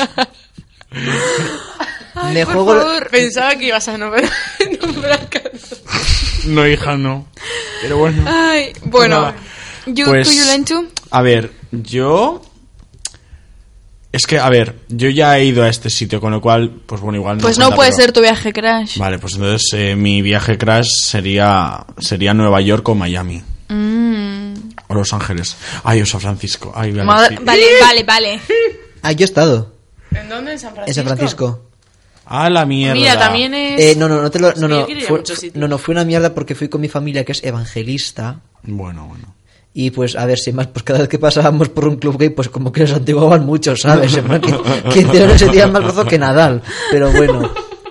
Me por juego... favor. Pensaba que ibas a nombrar Canadá. No, hija, no. Pero bueno. Ay, bueno. Nada. Pues, ¿tú, Yulenchu? A ver, yo... Es que, a ver, yo ya he ido a este sitio, con lo cual, pues bueno, igual no... Pues no cuenta, puede pero- ser tu viaje crash. Vale, pues entonces mi viaje crash sería Nueva York o Miami. O Los Ángeles. Ay, o San Francisco. Ay, vale, Madre- sí. Vale. Ah, yo he estado ¿En dónde? ¿En San Francisco? en San Francisco. A la mierda. Mira, también es... No te lo... No, Yo no, quiero ir a fue, muchos sitios. no, fue una mierda porque fui con mi familia que es evangelista. Bueno. Y pues, a ver, sin más, pues cada vez que pasábamos por un club gay, pues como que nos antiguaban mucho, ¿sabes? En plan que hicieron ese día más brazo que Nadal. Pero bueno.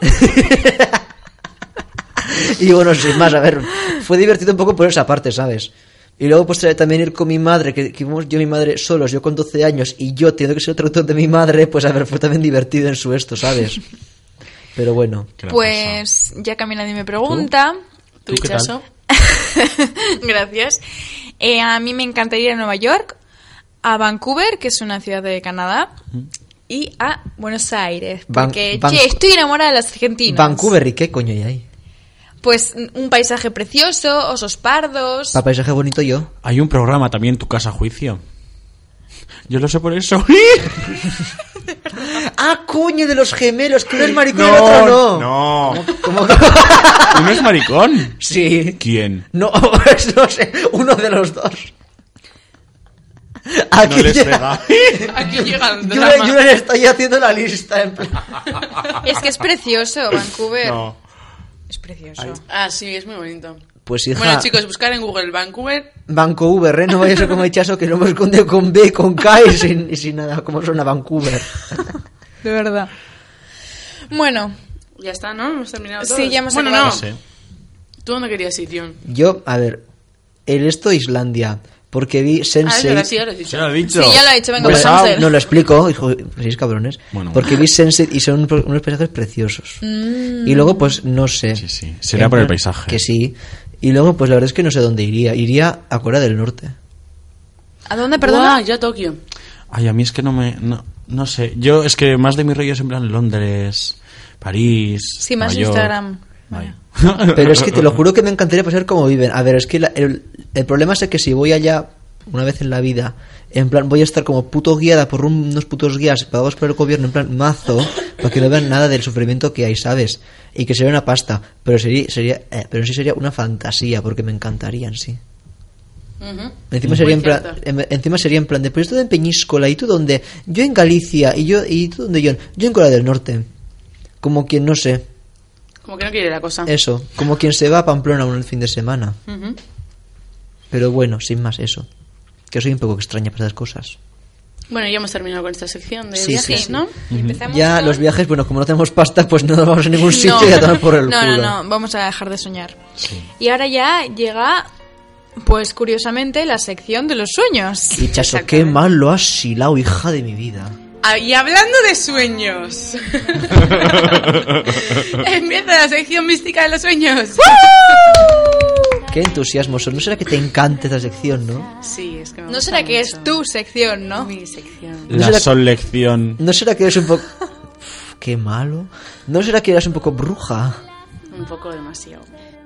Y bueno, sin más, a ver, fue divertido un poco por esa parte, ¿sabes? Y luego pues también ir con mi madre, que íbamos yo y mi madre solos, yo con 12 años y yo teniendo que ser el traductor de mi madre, pues a ver, fue también divertido en su esto, ¿sabes? Pero bueno. ¿Qué le Pues ya que a mí nadie me pregunta. ¿Tu ¿Tú qué tal? Chaso? Gracias. A mí me encantaría ir a Nueva York, a Vancouver, que es una ciudad de Canadá, y a Buenos Aires. Porque, estoy enamorada de los argentinos. Vancouver, ¿y qué coño hay ahí? Pues un paisaje precioso, osos pardos. Para paisaje bonito yo. Hay un programa también, Tu Casa Juicio. Yo lo sé por eso. ¡Ah, coño, de los gemelos! Que uno es maricón y el otro no. No. ¿Cómo que? ¿Uno es maricón? Sí. ¿Quién? No, pues no sé, uno de los dos. Aquí No les llega- pega. Aquí llega el drama. Julen está ya haciendo la lista en plan. Es que es precioso, Vancouver. No. Es precioso. Ah, sí, es muy bonito. Pues hija, Bueno, chicos, buscar en Google Vancouver. Vancouver, no vaya a ser como el Chaso que lo hemos escondido con B, con K y sin nada, como suena Vancouver. De verdad. Bueno, Ya está, ¿no? Hemos terminado todo. Sí, ya hemos Bueno, acabado. no. Sí. ¿Tú dónde querías ir, John? Yo, a ver, Islandia, porque vi Ah, es Sense8. verdad, sí, ya lo has ¿Se dicho. lo ha dicho? sí, ya lo ha dicho, venga, Pues, pasamos él. no lo explico, hijo, sois cabrones. Bueno. Porque vi Sense8 y son unos paisajes preciosos. Y luego, pues, no sé. Sí, sí. Será por el paisaje. Que sí. Y luego, pues la verdad es que no sé dónde iría. Iría a Corea del Norte. ¿A dónde, perdona? Buah, yo a Tokio. Ay, a mí es que no sé. Yo es que más de mi rollo es en plan Londres, París. Sí, más Nueva York. Instagram. Vaya. Pero es que te lo juro que me encantaría pasar como viven. A ver, es que el problema es que si voy allá una vez en la vida, en plan, voy a estar como puto guiada por unos putos guías pagados por el gobierno, en plan, mazo, para que no vean nada del sufrimiento que hay, ¿sabes? Y que sería una pasta. Pero pero sí sería una fantasía, porque me encantarían, sí. Ujú. Encima sería, en Muy plan, encima sería en plan de, pues esto en Peñíscola, ¿y tú dónde? Yo en Galicia, ¿y tú dónde, John? Yo en Corea del Norte. Como quien, no sé, Como que no quiere la cosa. eso, como quien se va a Pamplona un fin de semana. Ujú. Pero bueno, sin más eso. Que soy un poco extraña para esas cosas. Bueno, ya hemos terminado con esta sección de Sí, viajes, sí, sí. ¿no? Empezamos Ya con- los viajes, bueno, como no tenemos pasta, pues no nos vamos a ningún sitio y a tomar por el no, culo. no, vamos a dejar de soñar. Sí. Y ahora ya llega, pues curiosamente, la sección de los sueños. Y Chaso, qué mal lo has hilado, hija de mi vida. Ah, y hablando de sueños. Empieza la sección mística de los sueños. Qué entusiasmo. ¿No será que te encanta esta sección, no? Sí, es que me ¿No gusta será que es mucho. tu sección, no? Mi sección. ¿No La será- solección. ¿No será que eres un poco... Uf, qué malo. ¿No será que eres un poco bruja? Un poco demasiado.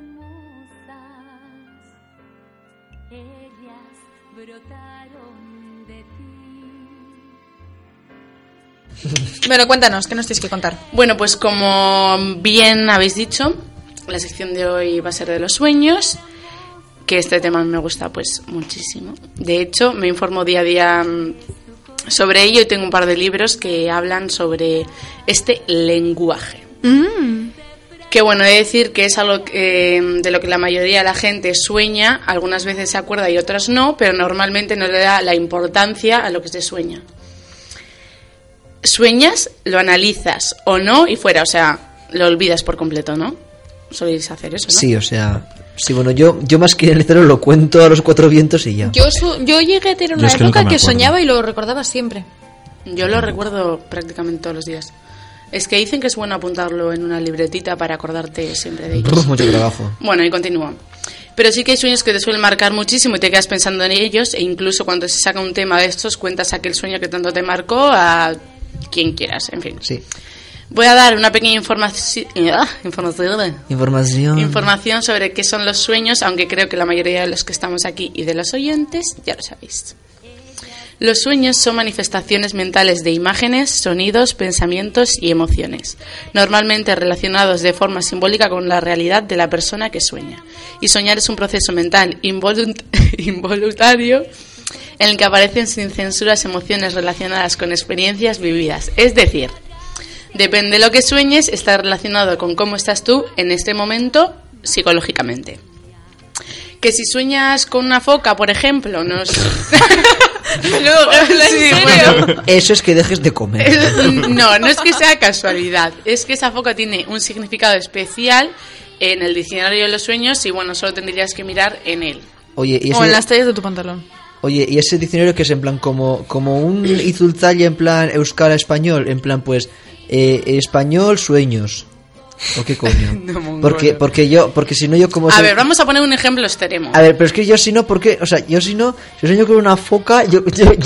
Bueno, cuéntanos, ¿qué nos tienes que contar? Bueno, pues como bien habéis dicho, la sección de hoy va a ser de los sueños, que este tema me gusta pues muchísimo. De hecho, me informo día a día sobre ello y tengo un par de libros que hablan sobre este lenguaje. Que bueno, he de decir que es algo de lo que la mayoría de la gente sueña, algunas veces se acuerda y otras no, pero normalmente no le da la importancia a lo que se sueña. Sueñas, lo analizas o no y fuera, o sea, lo olvidas por completo, ¿no? Soléis hacer eso, ¿no? Sí, o sea... Sí, bueno, yo más que literal lo cuento a los cuatro vientos y ya. Yo llegué a tener Yo una es que nunca época me que acuerdo. soñaba y lo recordaba siempre. Yo lo recuerdo prácticamente todos los días. Es que dicen que es bueno apuntarlo en una libretita para acordarte siempre de ellos. Brr, mucho trabajo. Bueno, y continúo. Pero sí que hay sueños que te suelen marcar muchísimo y te quedas pensando en ellos, e incluso cuando se saca un tema de estos cuentas aquel sueño que tanto te marcó a quien quieras, en fin. Sí. Voy a dar una pequeña información sobre qué son los sueños, aunque creo que la mayoría de los que estamos aquí y de los oyentes ya lo sabéis. Los sueños son manifestaciones mentales de imágenes, sonidos, pensamientos y emociones, normalmente relacionados de forma simbólica con la realidad de la persona que sueña. Y soñar es un proceso mental involuntario en el que aparecen sin censuras emociones relacionadas con experiencias vividas. Es decir, depende de lo que sueñes, está relacionado con cómo estás tú en este momento psicológicamente. Que si sueñas con una foca, por ejemplo, no es... Sí, bueno. Eso es que dejes de comer. No es que sea casualidad, es que esa foca tiene un significado especial en el diccionario de los sueños y bueno, solo tendrías que mirar en él. Oye, y O en ese, las tallas de tu pantalón. oye, y ese diccionario que es en plan como un izultzaile en plan euskara español, en plan pues español sueños. ¿O qué coño? No, mongolo. Porque si no yo como A soy- ver, vamos a poner un ejemplo extremo. A ver, pero es que yo si no, porque, o sea, yo si no, si sueño con una foca, yo o sea,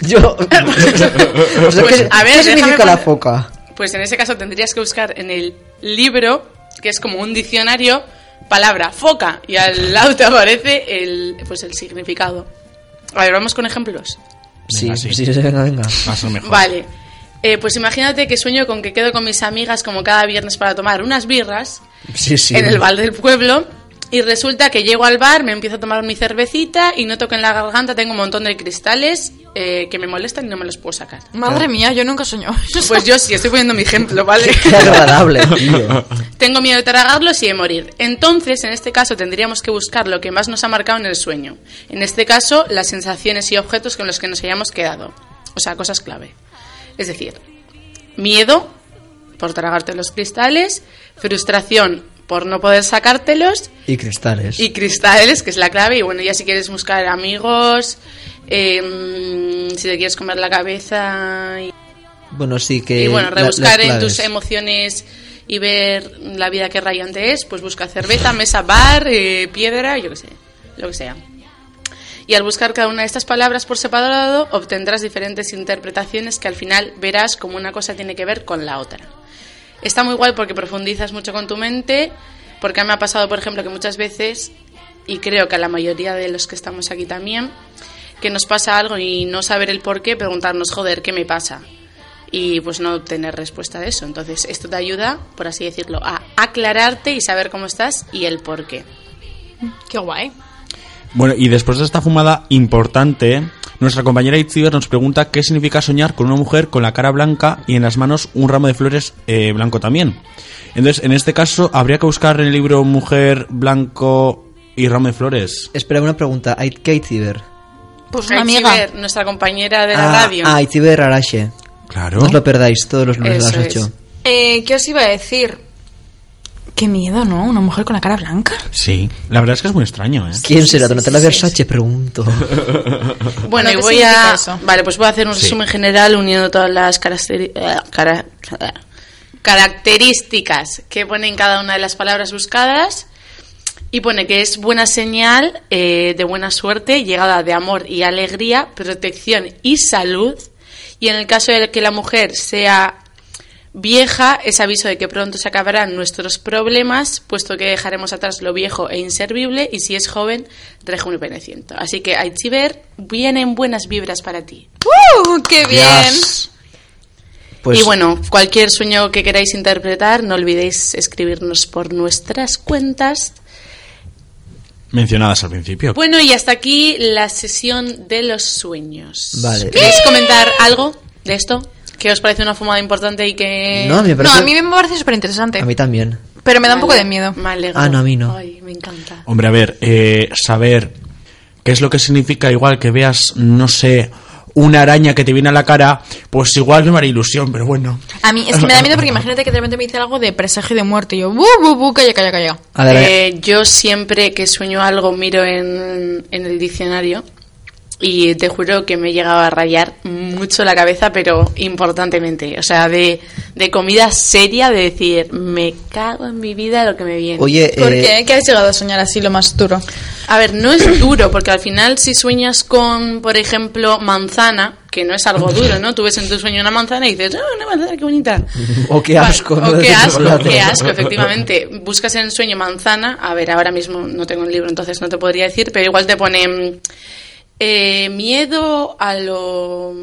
Pues, a ver, ¿qué significa déjame la poner- foca? Pues en ese caso tendrías que buscar en el libro, que es como un diccionario, palabra foca y al lado te aparece el significado. A ver, vamos con ejemplos. Sí, Venga, sí, venga. Va a ser mejor. Vale. Pues imagínate que sueño con que quedo con mis amigas como cada viernes para tomar unas birras Sí, sí. en el bar del pueblo y resulta que llego al bar, me empiezo a tomar mi cervecita y noto que en la garganta tengo un montón de cristales que me molestan y no me los puedo sacar. Madre mía, yo nunca soñó. Pues yo sí, estoy poniendo mi ejemplo, ¿vale? Qué agradable, tío. Tengo miedo de tragarlos y de morir. Entonces, en este caso, tendríamos que buscar lo que más nos ha marcado en el sueño. En este caso, las sensaciones y objetos con los que nos hayamos quedado. O sea, cosas clave. Es decir, miedo por tragarte los cristales, frustración por no poder sacártelos Y cristales. y cristales, que es la clave. Y bueno, ya si quieres buscar amigos, si te quieres comer la cabeza Bueno, sí que... y bueno, las rebuscar en claves. tus emociones y ver la vida que radiante es, pues busca cerveza, mesa, bar, piedra, yo qué sé, lo que sea. Y al buscar cada una de estas palabras por separado, obtendrás diferentes interpretaciones que al final verás como una cosa tiene que ver con la otra. Está muy guay porque profundizas mucho con tu mente, porque a mí me ha pasado, por ejemplo, que muchas veces, y creo que a la mayoría de los que estamos aquí también, que nos pasa algo y no saber el por qué, preguntarnos, joder, ¿qué me pasa? Y pues no obtener respuesta de eso. Entonces esto te ayuda, por así decirlo, a aclararte y saber cómo estás y el por qué. Qué guay. Bueno, y después de esta fumada importante, nuestra compañera Itziber nos pregunta qué significa soñar con una mujer con la cara blanca y en las manos un ramo de flores blanco también. Entonces, en este caso, habría que buscar en el libro mujer, blanco y ramo de flores. Espera, una pregunta. ¿Qué hay ciber? Pues una amiga. Itziber, nuestra compañera de la radio. Itziber Arache. Claro. No os lo perdáis todos los lunes a Eso las es. 8. ¿Qué os iba a decir? Qué miedo, ¿no? Una mujer con la cara blanca. Sí, la verdad es que es muy extraño, ¿eh? ¿Quién será? Donatella Versace, pregunto. Bueno, y ¿qué voy significa a... eso? Vale, pues voy a hacer un resumen general uniendo todas las características que pone en cada una de las palabras buscadas. Y pone que es buena señal de buena suerte, llegada de amor y alegría, protección y salud. Y en el caso de que la mujer sea vieja, es aviso de que pronto se acabarán nuestros problemas, puesto que dejaremos atrás lo viejo e inservible, y si es joven, rejuveneciendo. Así que, Aitziber, vienen buenas vibras para ti. ¡Qué bien! Yes. Pues, Y bueno, cualquier sueño que queráis interpretar, no olvidéis escribirnos por nuestras cuentas. Mencionadas al principio. Bueno, y hasta aquí la sesión de los sueños. Vale. ¿Queréis comentar algo de esto? ¿Qué os parece una fumada importante y que...? No, a mí me parece... No, a mí me parece súper interesante. A mí también. Pero me da un poco de miedo. Me alegro. Ah, no, a mí no. Ay, me encanta. Hombre, a ver, saber qué es lo que significa, igual que veas, no sé, una araña que te viene a la cara, pues igual no me hará ilusión, pero bueno. A mí es que me da miedo porque imagínate que de repente me dice algo de presagio de muerte y yo, calla, calla, calla. A ver, Yo siempre que sueño algo miro en el diccionario y te juro que me llegaba a rayar mucho la cabeza, pero importantemente. O sea, de comida seria, de decir, me cago en mi vida lo que me viene. oye, ¿Por qué? ¿Qué has llegado a soñar así lo más duro? A ver, no es duro, porque al final si sueñas con, por ejemplo, manzana, que no es algo duro, ¿no? Tú ves en tu sueño una manzana y dices, una manzana, qué bonita. o qué asco. Vale, ¿no? o De qué asco, chocolate. qué asco, efectivamente. Buscas en el sueño manzana, a ver, ahora mismo no tengo un libro, entonces no te podría decir, pero igual te pone miedo a lo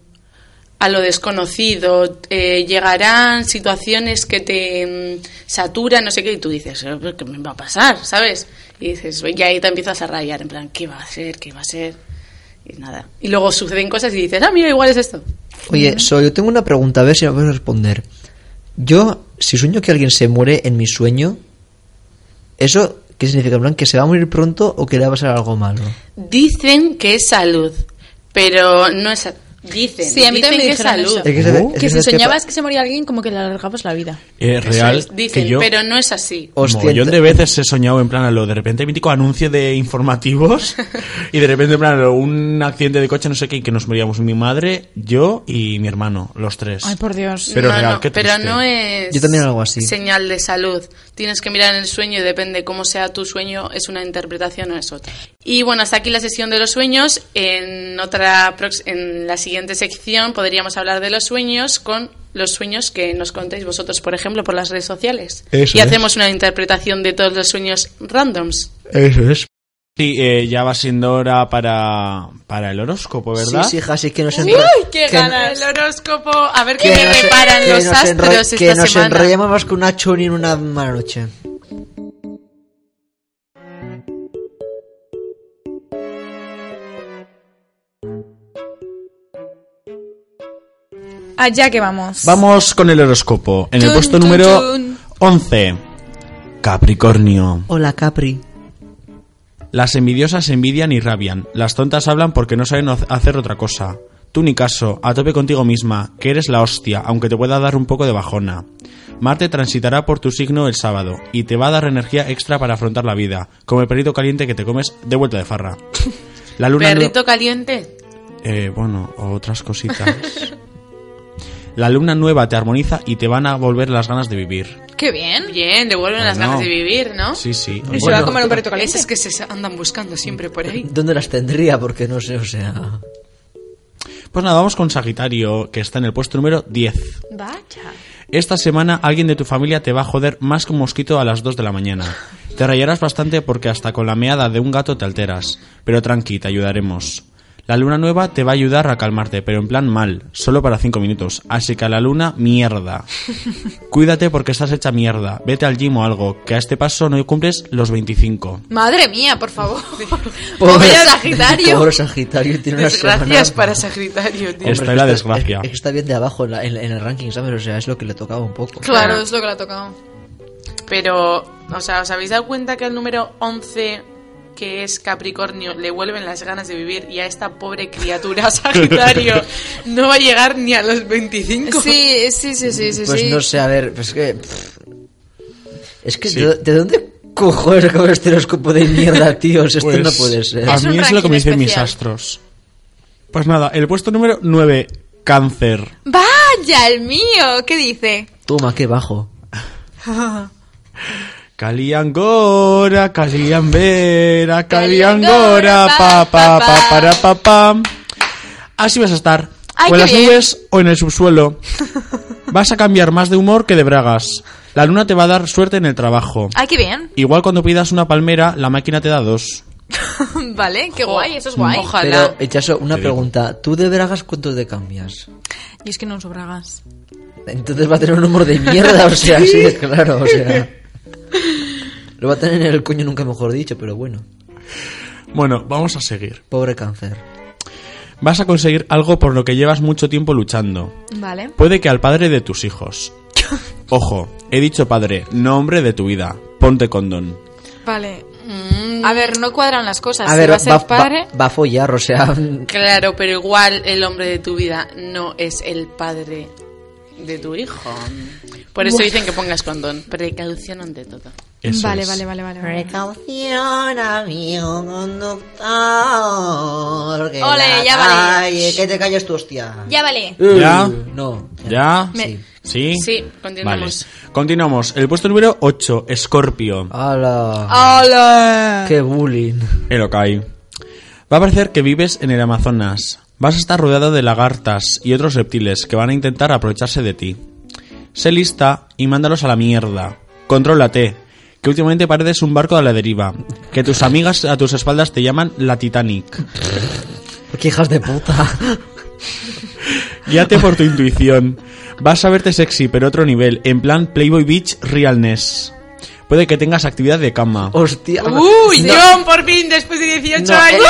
desconocido, llegarán situaciones que te saturan, no sé qué, y tú dices, ¿qué me va a pasar? ¿Sabes? Y dices, y ahí te empiezas a rayar, en plan, ¿qué va a ser? ¿Qué va a ser? Y nada. Y luego suceden cosas y dices, mira, igual es esto. Oye, yo tengo una pregunta, a ver si me puedes responder. Yo, si sueño que alguien se muere en mi sueño, ¿eso qué significa? ¿En plan, que se va a morir pronto o que le va a pasar algo malo? Dicen que es salud, pero no es... Dicen, Sí, a mí también me que es dijeron salud. eso. Que si soñabas que se moría alguien, como que le alargabas la vida. Eso Real, es, dicen, que yo... pero no es así. Os Un mogollón ciento- de veces he soñado en plan a lo de repente mítico anuncio de informativos y de repente en plan a lo, un accidente de coche no sé qué y que nos moríamos mi madre, yo y mi hermano, los tres. Ay, por Dios. Pero no, real, no, qué pero triste. no es Yo también algo así. señal de salud. Tienes que mirar en el sueño y depende cómo sea tu sueño, es una interpretación o es otra. Y bueno, hasta aquí la sesión de los sueños. En la siguiente sección podríamos hablar de los sueños con los sueños que nos contéis vosotros, por ejemplo, por las redes sociales. Eso y es. hacemos una interpretación de todos los sueños randoms. Eso es. Sí, ya va siendo hora para el horóscopo, ¿verdad? Sí, hija, sí que nos ¡Uy, qué ganas! El horóscopo, a ver qué que me nos- reparan que los nos astros enro- esta que nos semana. enrollemos más que una chuni en una mala noche. Allá que vamos. Vamos con el horóscopo. En el Chun, puesto chun, número chun. 11. Capricornio. Hola, Capri. Las envidiosas envidian y rabian. Las tontas hablan porque no saben hacer otra cosa. Tú ni caso, a tope contigo misma, que eres la hostia, aunque te pueda dar un poco de bajona. Marte transitará por tu signo el sábado y te va a dar energía extra para afrontar la vida, como el perrito caliente que te comes de vuelta de farra. La luna ¿Perrito caliente? bueno, otras cositas. La luna nueva te armoniza y te van a volver las ganas de vivir. ¡Qué bien! Bien, devuelven las Bueno. ganas de vivir, ¿no? Sí, sí. Y se va a comer un perrito caliente. Esas que se andan buscando siempre por ahí. ¿Dónde las tendría? Porque no sé, o sea... Pues nada, vamos con Sagitario, que está en el puesto número 10. Vaya. Esta semana alguien de tu familia te va a joder más que un mosquito a las 2 de la mañana. Te rayarás bastante porque hasta con la meada de un gato te alteras. Pero tranqui, te ayudaremos. La luna nueva te va a ayudar a calmarte, pero en plan mal, solo para 5 minutos. Así que a la luna, mierda. Cuídate porque estás hecha mierda. Vete al gym o algo, que a este paso no cumples los 25. Madre mía, por favor. Pobre Sagitario. Pobre Sagitario, tiene una semana... Desgracias para Sagitario, tío. Está en la desgracia. Es que está bien de abajo en el ranking, ¿sabes? O sea, es lo que le tocaba un poco. Claro, es lo que le ha tocado. Pero, o sea, ¿os habéis dado cuenta que al número 11, que es Capricornio, le vuelven las ganas de vivir y a esta pobre criatura Sagitario no va a llegar ni a los 25? Sí. Pues sí. no sé, a ver, pues que... Es que, Sí. ¿de dónde cojones sacamos este horóscopo de mierda, tíos? Esto Pues, no puede ser. A Es mí un es lo que ranking me dicen mis especial. astros. Pues nada, el puesto número 9, Cáncer. ¡Vaya, el mío! ¿Qué dice? Toma, qué bajo. Caliangora, caliambera, caliangora, pa. Así vas a estar. Ay, o en qué las bien. nubes o en el subsuelo. Vas a cambiar más de humor que de bragas. La luna te va a dar suerte en el trabajo. ¡Ay, qué bien! Igual cuando pidas una palmera, la máquina te da 2. Vale, qué guay, eso es guay. Ojalá. Pero, Echaso, una Te digo. pregunta. ¿Tú de bragas cuánto te cambias? Y es que no uso bragas. Entonces va a tener un humor de mierda, o sea, sí, es claro, o sea... Lo va a tener en el coño, nunca mejor dicho, pero bueno. Bueno, vamos a seguir. Pobre Cáncer. Vas a conseguir algo por lo que llevas mucho tiempo luchando. Vale. Puede que al padre de tus hijos. Ojo, he dicho padre, no hombre de tu vida. Ponte condón. Vale. A ver, no cuadran las cosas. A Si ver, va a ser padre... va a follar, o sea... Claro, pero igual el hombre de tu vida no es el padre de tu hijo. Por eso dicen que pongas condón. Precaución ante todo. Eso Vale, es. vale. Precaución, amigo conductor. Que Ole, la ya vale. calle, que te calles tu hostia. Ya vale. ¿Ya? No. ¿Ya? Me- ¿Sí? Sí, continuamos. Vale. Continuamos. El puesto número 8, Escorpio. ¡Hala! ¡Hola! ¡Qué bullying! El Okai. Va a parecer que vives en el Amazonas. Vas a estar rodeado de lagartas y otros reptiles que van a intentar aprovecharse de ti. Sé lista y mándalos a la mierda. Contrólate, que últimamente pareces un barco a la deriva. Que tus amigas a tus espaldas te llaman la Titanic. ¡Qué hijas de puta! Guíate por tu intuición. Vas a verte sexy, pero otro nivel, en plan Playboy Beach Realness. Puede que tengas actividad de cama. ¡Hostia! ¡Uy, no, John, por fin, después de 18 no, años!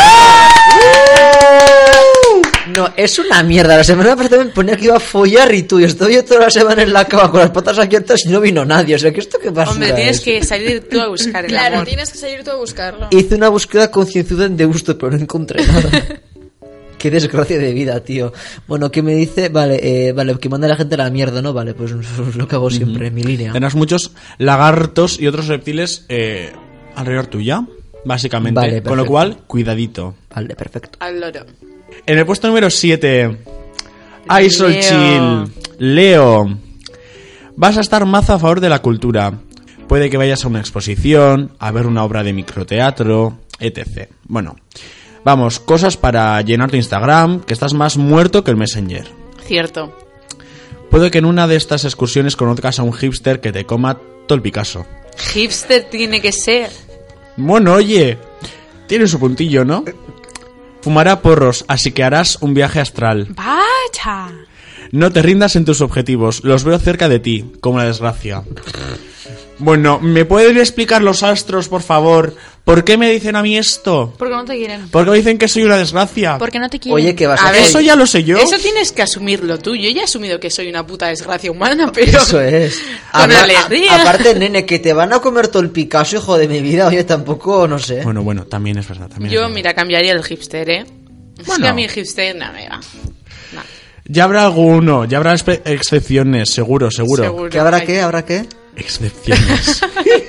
No, es una mierda. La semana pasada me ponía que iba a follar y tú. Y estoy yo toda la semana en la cama con las patas abiertas y no vino nadie. O sea, ¿que esto qué pasa? Hombre, tienes que salir tú a buscar el Claro, amor. tienes que salir tú a buscarlo. Hice una búsqueda concienzuda en Deusto, pero no encontré nada. Qué desgracia de vida, tío. Bueno, ¿qué me dice? Vale, que manda a la gente a la mierda, ¿no? Vale, pues es lo que hago siempre, en mi línea. Tendrás muchos lagartos y otros reptiles alrededor tuya, básicamente. Vale, con lo perfecto. cual, cuidadito. Vale, perfecto. Al loro. En el puesto número 7, Isol Leo. Chill. Leo. Vas a estar mazo a favor de la cultura. Puede que vayas a una exposición, a ver una obra de microteatro, etc. Bueno, vamos, cosas para llenar tu Instagram, que estás más muerto que el Messenger. Cierto. Puede que en una de estas excursiones conozcas a un hipster que te coma todo el Picasso. Hipster tiene que ser. Bueno, oye, tiene su puntillo, ¿no? Fumará porros, así que harás un viaje astral. ¡Vaya! No te rindas en tus objetivos, los veo cerca de ti, como la desgracia. Bueno, ¿me pueden explicar los astros, por favor? ¿Por qué me dicen a mí esto? Porque no te quieren. Porque me dicen que soy una desgracia. Porque no te quieren. Oye, ¿qué vas a A ver, hacer? Eso ya lo sé yo. Eso tienes que asumirlo tú. Yo ya he asumido que soy una puta desgracia humana, pero... Eso es. Con alegría. Aparte, nene, que te van a comer todo el Picasso, hijo de mi vida. Oye, tampoco, no sé. Bueno, también es verdad. También es Yo, verdad. mira, cambiaría el hipster, ¿eh? Es Bueno. que a mí el hipster no me va. No, Ya habrá alguno, ya habrá excepciones, seguro. seguro. ¿Qué habrá Ay, qué? ¿Habrá qué? Excepciones.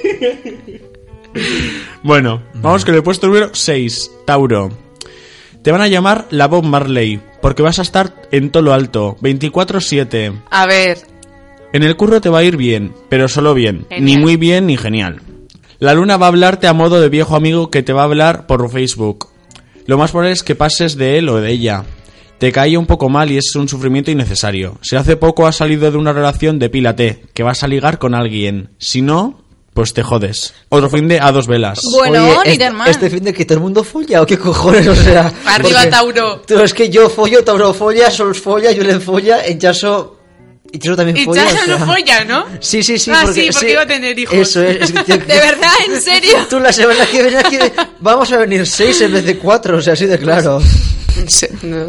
Bueno, vamos con el puesto número 6, Tauro. Te van a llamar la Bob Marley, porque vas a estar en todo lo alto, 24/7. A ver, En el curro te va a ir bien, pero solo bien, Genial. ni muy bien ni genial. La luna va a hablarte a modo de viejo amigo que te va a hablar por Facebook. Lo más probable es que pases de él o de ella. Te cae un poco mal y es un sufrimiento innecesario. Si hace poco has salido de una relación, depílate, que vas a ligar con alguien. Si no, pues te jodes. Otro fin de a 2 velas. Bueno, Oye, ni tan mal. este fin de que todo el mundo folla, ¿o qué cojones? O sea... arriba porque- Tauro. Tú, es que yo follo, Tauro folla, Sols folla, Julen folla, Enchaso... Enchaso también Y folla, ya o se sea... lo folla, ¿no? Sí, Ah, sí, porque iba a tener hijos. Eso es que, tío, ¿De verdad? ¿En serio? Tú la semana que viene aquí vamos a venir 6 en vez de 4, o sea, así de claro. No,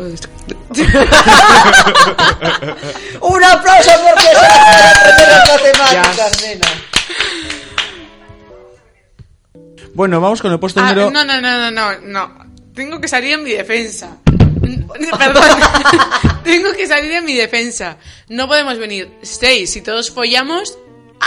¡Un aplauso porque se las matemáticas, nena! Bueno, vamos con el puesto número... no. Tengo que salir en mi defensa. Perdón. Tengo que salir en mi defensa. No podemos venir 6 si todos follamos.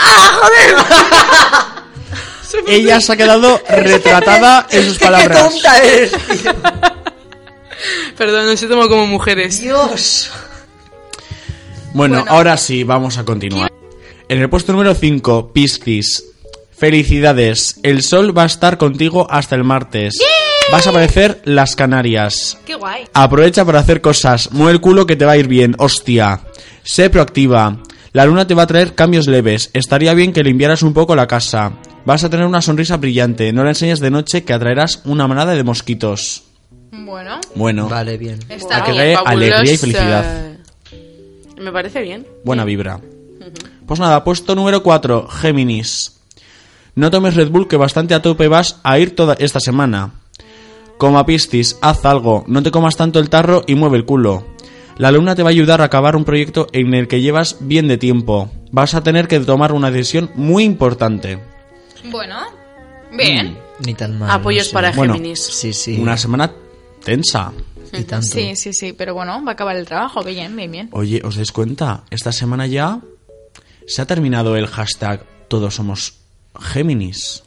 ¡Ah, joder! Ella se ha quedado retratada en sus ¡Qué palabras. tonta eres, tío! Perdón, no se tomo como mujeres. ¡Dios! Bueno, ahora sí, vamos a continuar. En el puesto número 5, Piscis. Felicidades, el sol va a estar contigo hasta el martes. Vas a parecer las Canarias. Qué guay. Aprovecha para hacer cosas, mueve el culo que te va a ir bien, hostia. Sé proactiva. La luna te va a traer cambios leves. Estaría bien que limpiaras un poco la casa. Vas a tener una sonrisa brillante. No la enseñes de noche que atraerás una manada de mosquitos. Bueno, Vale, bien. está Para que bien. dé Fabulosa. alegría y felicidad. Me parece bien. Buena vibra. Pues nada, puesto número 4, Géminis. No tomes Red Bull que bastante a tope vas a ir toda esta semana. Como a Piscis, haz algo, no te comas tanto el tarro y mueve el culo. La luna te va a ayudar a acabar un proyecto en el que llevas bien de tiempo. Vas a tener que tomar una decisión muy importante. Bueno, bien. Ni tan mal. Apoyos no sé. para Bueno, Géminis. Sí, sí. Una semana tensa. Y tanto. Sí, pero bueno, va a acabar el trabajo, bien. Oye, ¿os dais cuenta? Esta semana ya se ha terminado el hashtag Todos somos Géminis.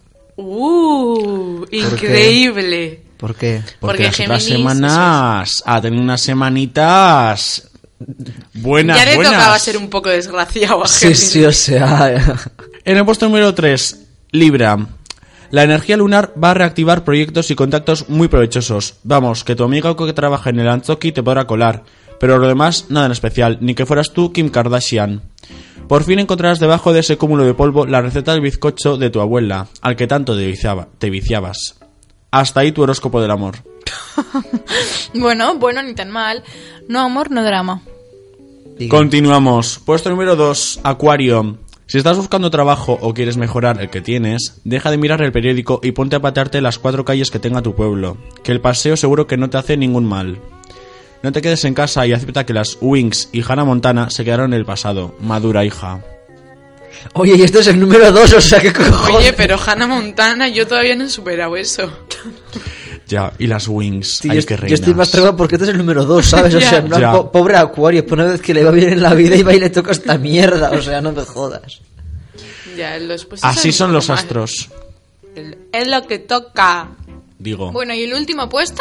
Increíble. ¿Por qué? Porque Porque las otras Géminis, semanas ha tenido unas semanitas buenas, Ya le buenas. tocaba ser un poco desgraciado a Sí, Géminis. sí, o sea... En el puesto número 3, Libra. La energía lunar va a reactivar proyectos y contactos muy provechosos. Vamos, que tu amiga que trabaja en el Anzoki te podrá colar. Pero lo demás, nada en especial, ni que fueras tú Kim Kardashian. Por fin encontrarás debajo de ese cúmulo de polvo la receta del bizcocho de tu abuela, al que tanto te viciabas. Hasta ahí tu horóscopo del amor. Bueno, ni tan mal. No amor, no drama. Diga. Continuamos. Puesto número 2, Acuario. Si estás buscando trabajo o quieres mejorar el que tienes, deja de mirar el periódico y ponte a patearte las 4 calles que tenga tu pueblo, que el paseo seguro que no te hace ningún mal. No te quedes en casa y acepta que las Wings y Hannah Montana se quedaron en el pasado. Madura, hija. Oye, y esto es el número 2, o sea, ¿qué cojones? Oye, pero Hannah Montana, yo todavía no he superado eso. Ya, y las Wings. Tío, Ay, yo, qué yo reinas. estoy más tragado porque este es el número 2, ¿sabes? O Ya. sea, en plan, Ya. pobre Acuario, por una vez que le va bien en la vida y va y le toca esta mierda, o sea, no me jodas. Ya, los puestos Así son los normal. astros, Es lo que toca. digo. Bueno, ¿y el último puesto?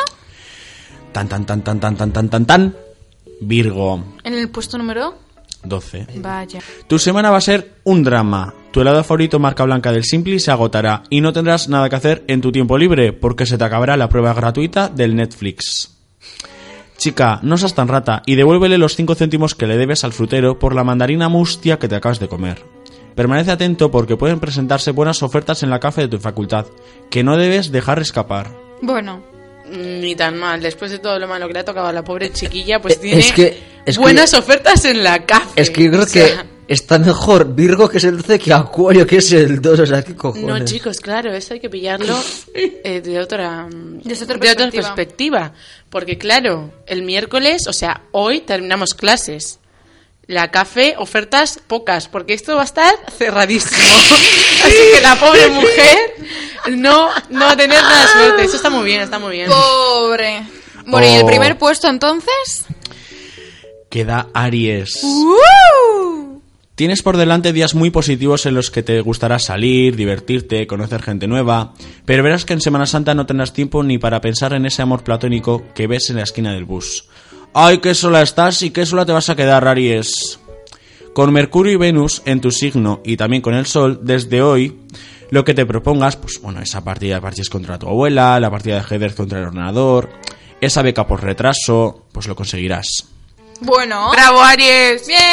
Tan. Virgo, En el puesto número 12. Vaya. Tu semana va a ser un drama. Tu helado favorito marca blanca del Simply se agotará y no tendrás nada que hacer en tu tiempo libre porque se te acabará la prueba gratuita del Netflix. Chica, no seas tan rata y devuélvele los 5 céntimos que le debes al frutero por la mandarina mustia que te acabas de comer. Permanece atento porque pueden presentarse buenas ofertas en la café de tu facultad, que no debes dejar escapar. Bueno, Ni tan mal. Después de todo lo malo que le ha tocado a la pobre chiquilla, pues tiene es que- buenas ofertas en la café. Es que yo creo O sea, está mejor Virgo, que es el 12, que Acuario, que es el 2. O sea, ¿qué cojones? No, chicos, claro, esto hay que pillarlo de otra perspectiva. perspectiva. Porque, claro, el miércoles, o sea, hoy terminamos clases. La café, ofertas pocas, porque esto va a estar cerradísimo. Así que la pobre mujer no va a tener nada de suerte. Eso está muy bien, está muy bien. Pobre. Bueno, ¿y el primer puesto entonces? Queda Aries. Tienes por delante días muy positivos en los que te gustará salir, divertirte, conocer gente nueva, pero verás que en Semana Santa no tendrás tiempo ni para pensar en ese amor platónico que ves en la esquina del bus. ¡Ay, qué sola estás y qué sola te vas a quedar, Aries! Con Mercurio y Venus en tu signo y también con el Sol, desde hoy, lo que te propongas, pues bueno, esa partida de parches contra tu abuela, la partida de ajedrez contra el ordenador, esa beca por retraso, pues lo conseguirás. Bueno. ¡Bravo, Aries! ¡Bien!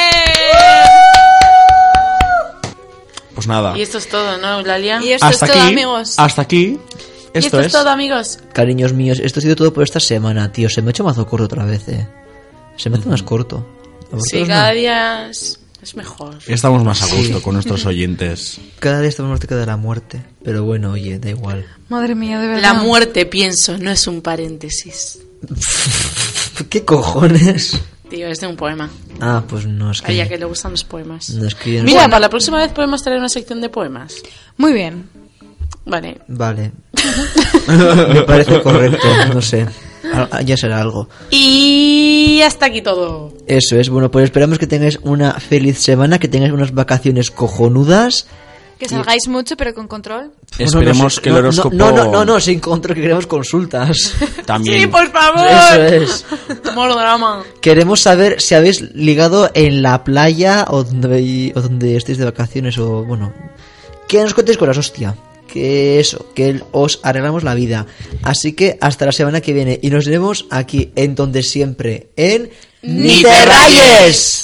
Pues nada. Y esto es todo, ¿no, Eulalia? Y esto Hasta es todo, aquí, amigos. hasta aquí. Y esto es todo, amigos. Cariños míos, esto ha sido todo por esta semana, tío. Se me ha hecho mazo corto otra vez, Se me hace más corto. ¿A vosotros Sí, no? cada día es mejor. Estamos más a gusto con nuestros oyentes. Cada día estamos más cerca de la muerte. Pero bueno, oye, da igual. Madre mía, de verdad. La muerte, pienso, no es un paréntesis. ¿Qué cojones? Tío, es de un poema. Ah, pues no es A que... ella que le gustan los poemas. No es que yo no Mira, sé. para la próxima vez podemos traer una sección de poemas. Muy bien. Vale. Vale. Me parece correcto, no sé. Ya será algo. Y hasta aquí todo. Eso es, bueno, pues esperamos que tengáis una feliz semana, que tengáis unas vacaciones cojonudas. Que salgáis mucho, pero con control. Esperemos que el horóscopo... No, sin control, que queremos consultas. También. Sí, por favor. Eso es. Monodrama. Queremos saber si habéis ligado en la playa o donde estéis de vacaciones o, bueno, que nos contéis cosas, hostia. Que eso, que os arreglamos la vida. Así que hasta la semana que viene. Y nos vemos aquí, en donde siempre, en ¡Ni te rayes!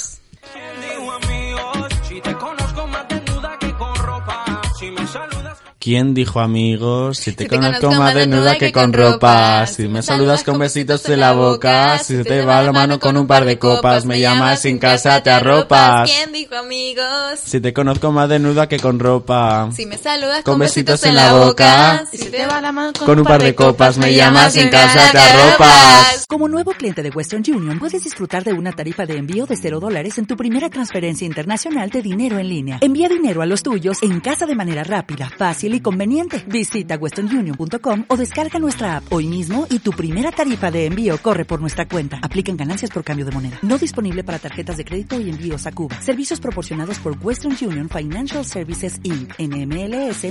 ¿Quién dijo, amigos? Si te conozco más desnuda que con ropa. Si me saludas con besitos en la boca. Si se te va la mano con un par de copas. Me llamas sin casa, te arropas. ¿Quién dijo, amigos? Si te conozco más desnuda que con ropa. Si me saludas Con con besitos besitos en en la la boca. boca. Si te va la mano Con un par de copas. Me llamas sin casa, te arropas. Como nuevo cliente de Western Union, puedes disfrutar de una tarifa de envío de $0 en tu primera transferencia internacional de dinero en línea. Envía dinero a los tuyos en casa de manera rápida, fácil y conveniente. Visita westernunion.com o descarga nuestra app hoy mismo y tu primera tarifa de envío corre por nuestra cuenta. Aplican ganancias por cambio de moneda. No disponible para tarjetas de crédito y envíos a Cuba. Servicios proporcionados por Western Union Financial Services Inc. NMLS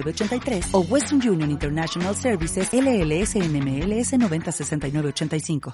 906983 o Western Union International Services LLS NMLS 906985.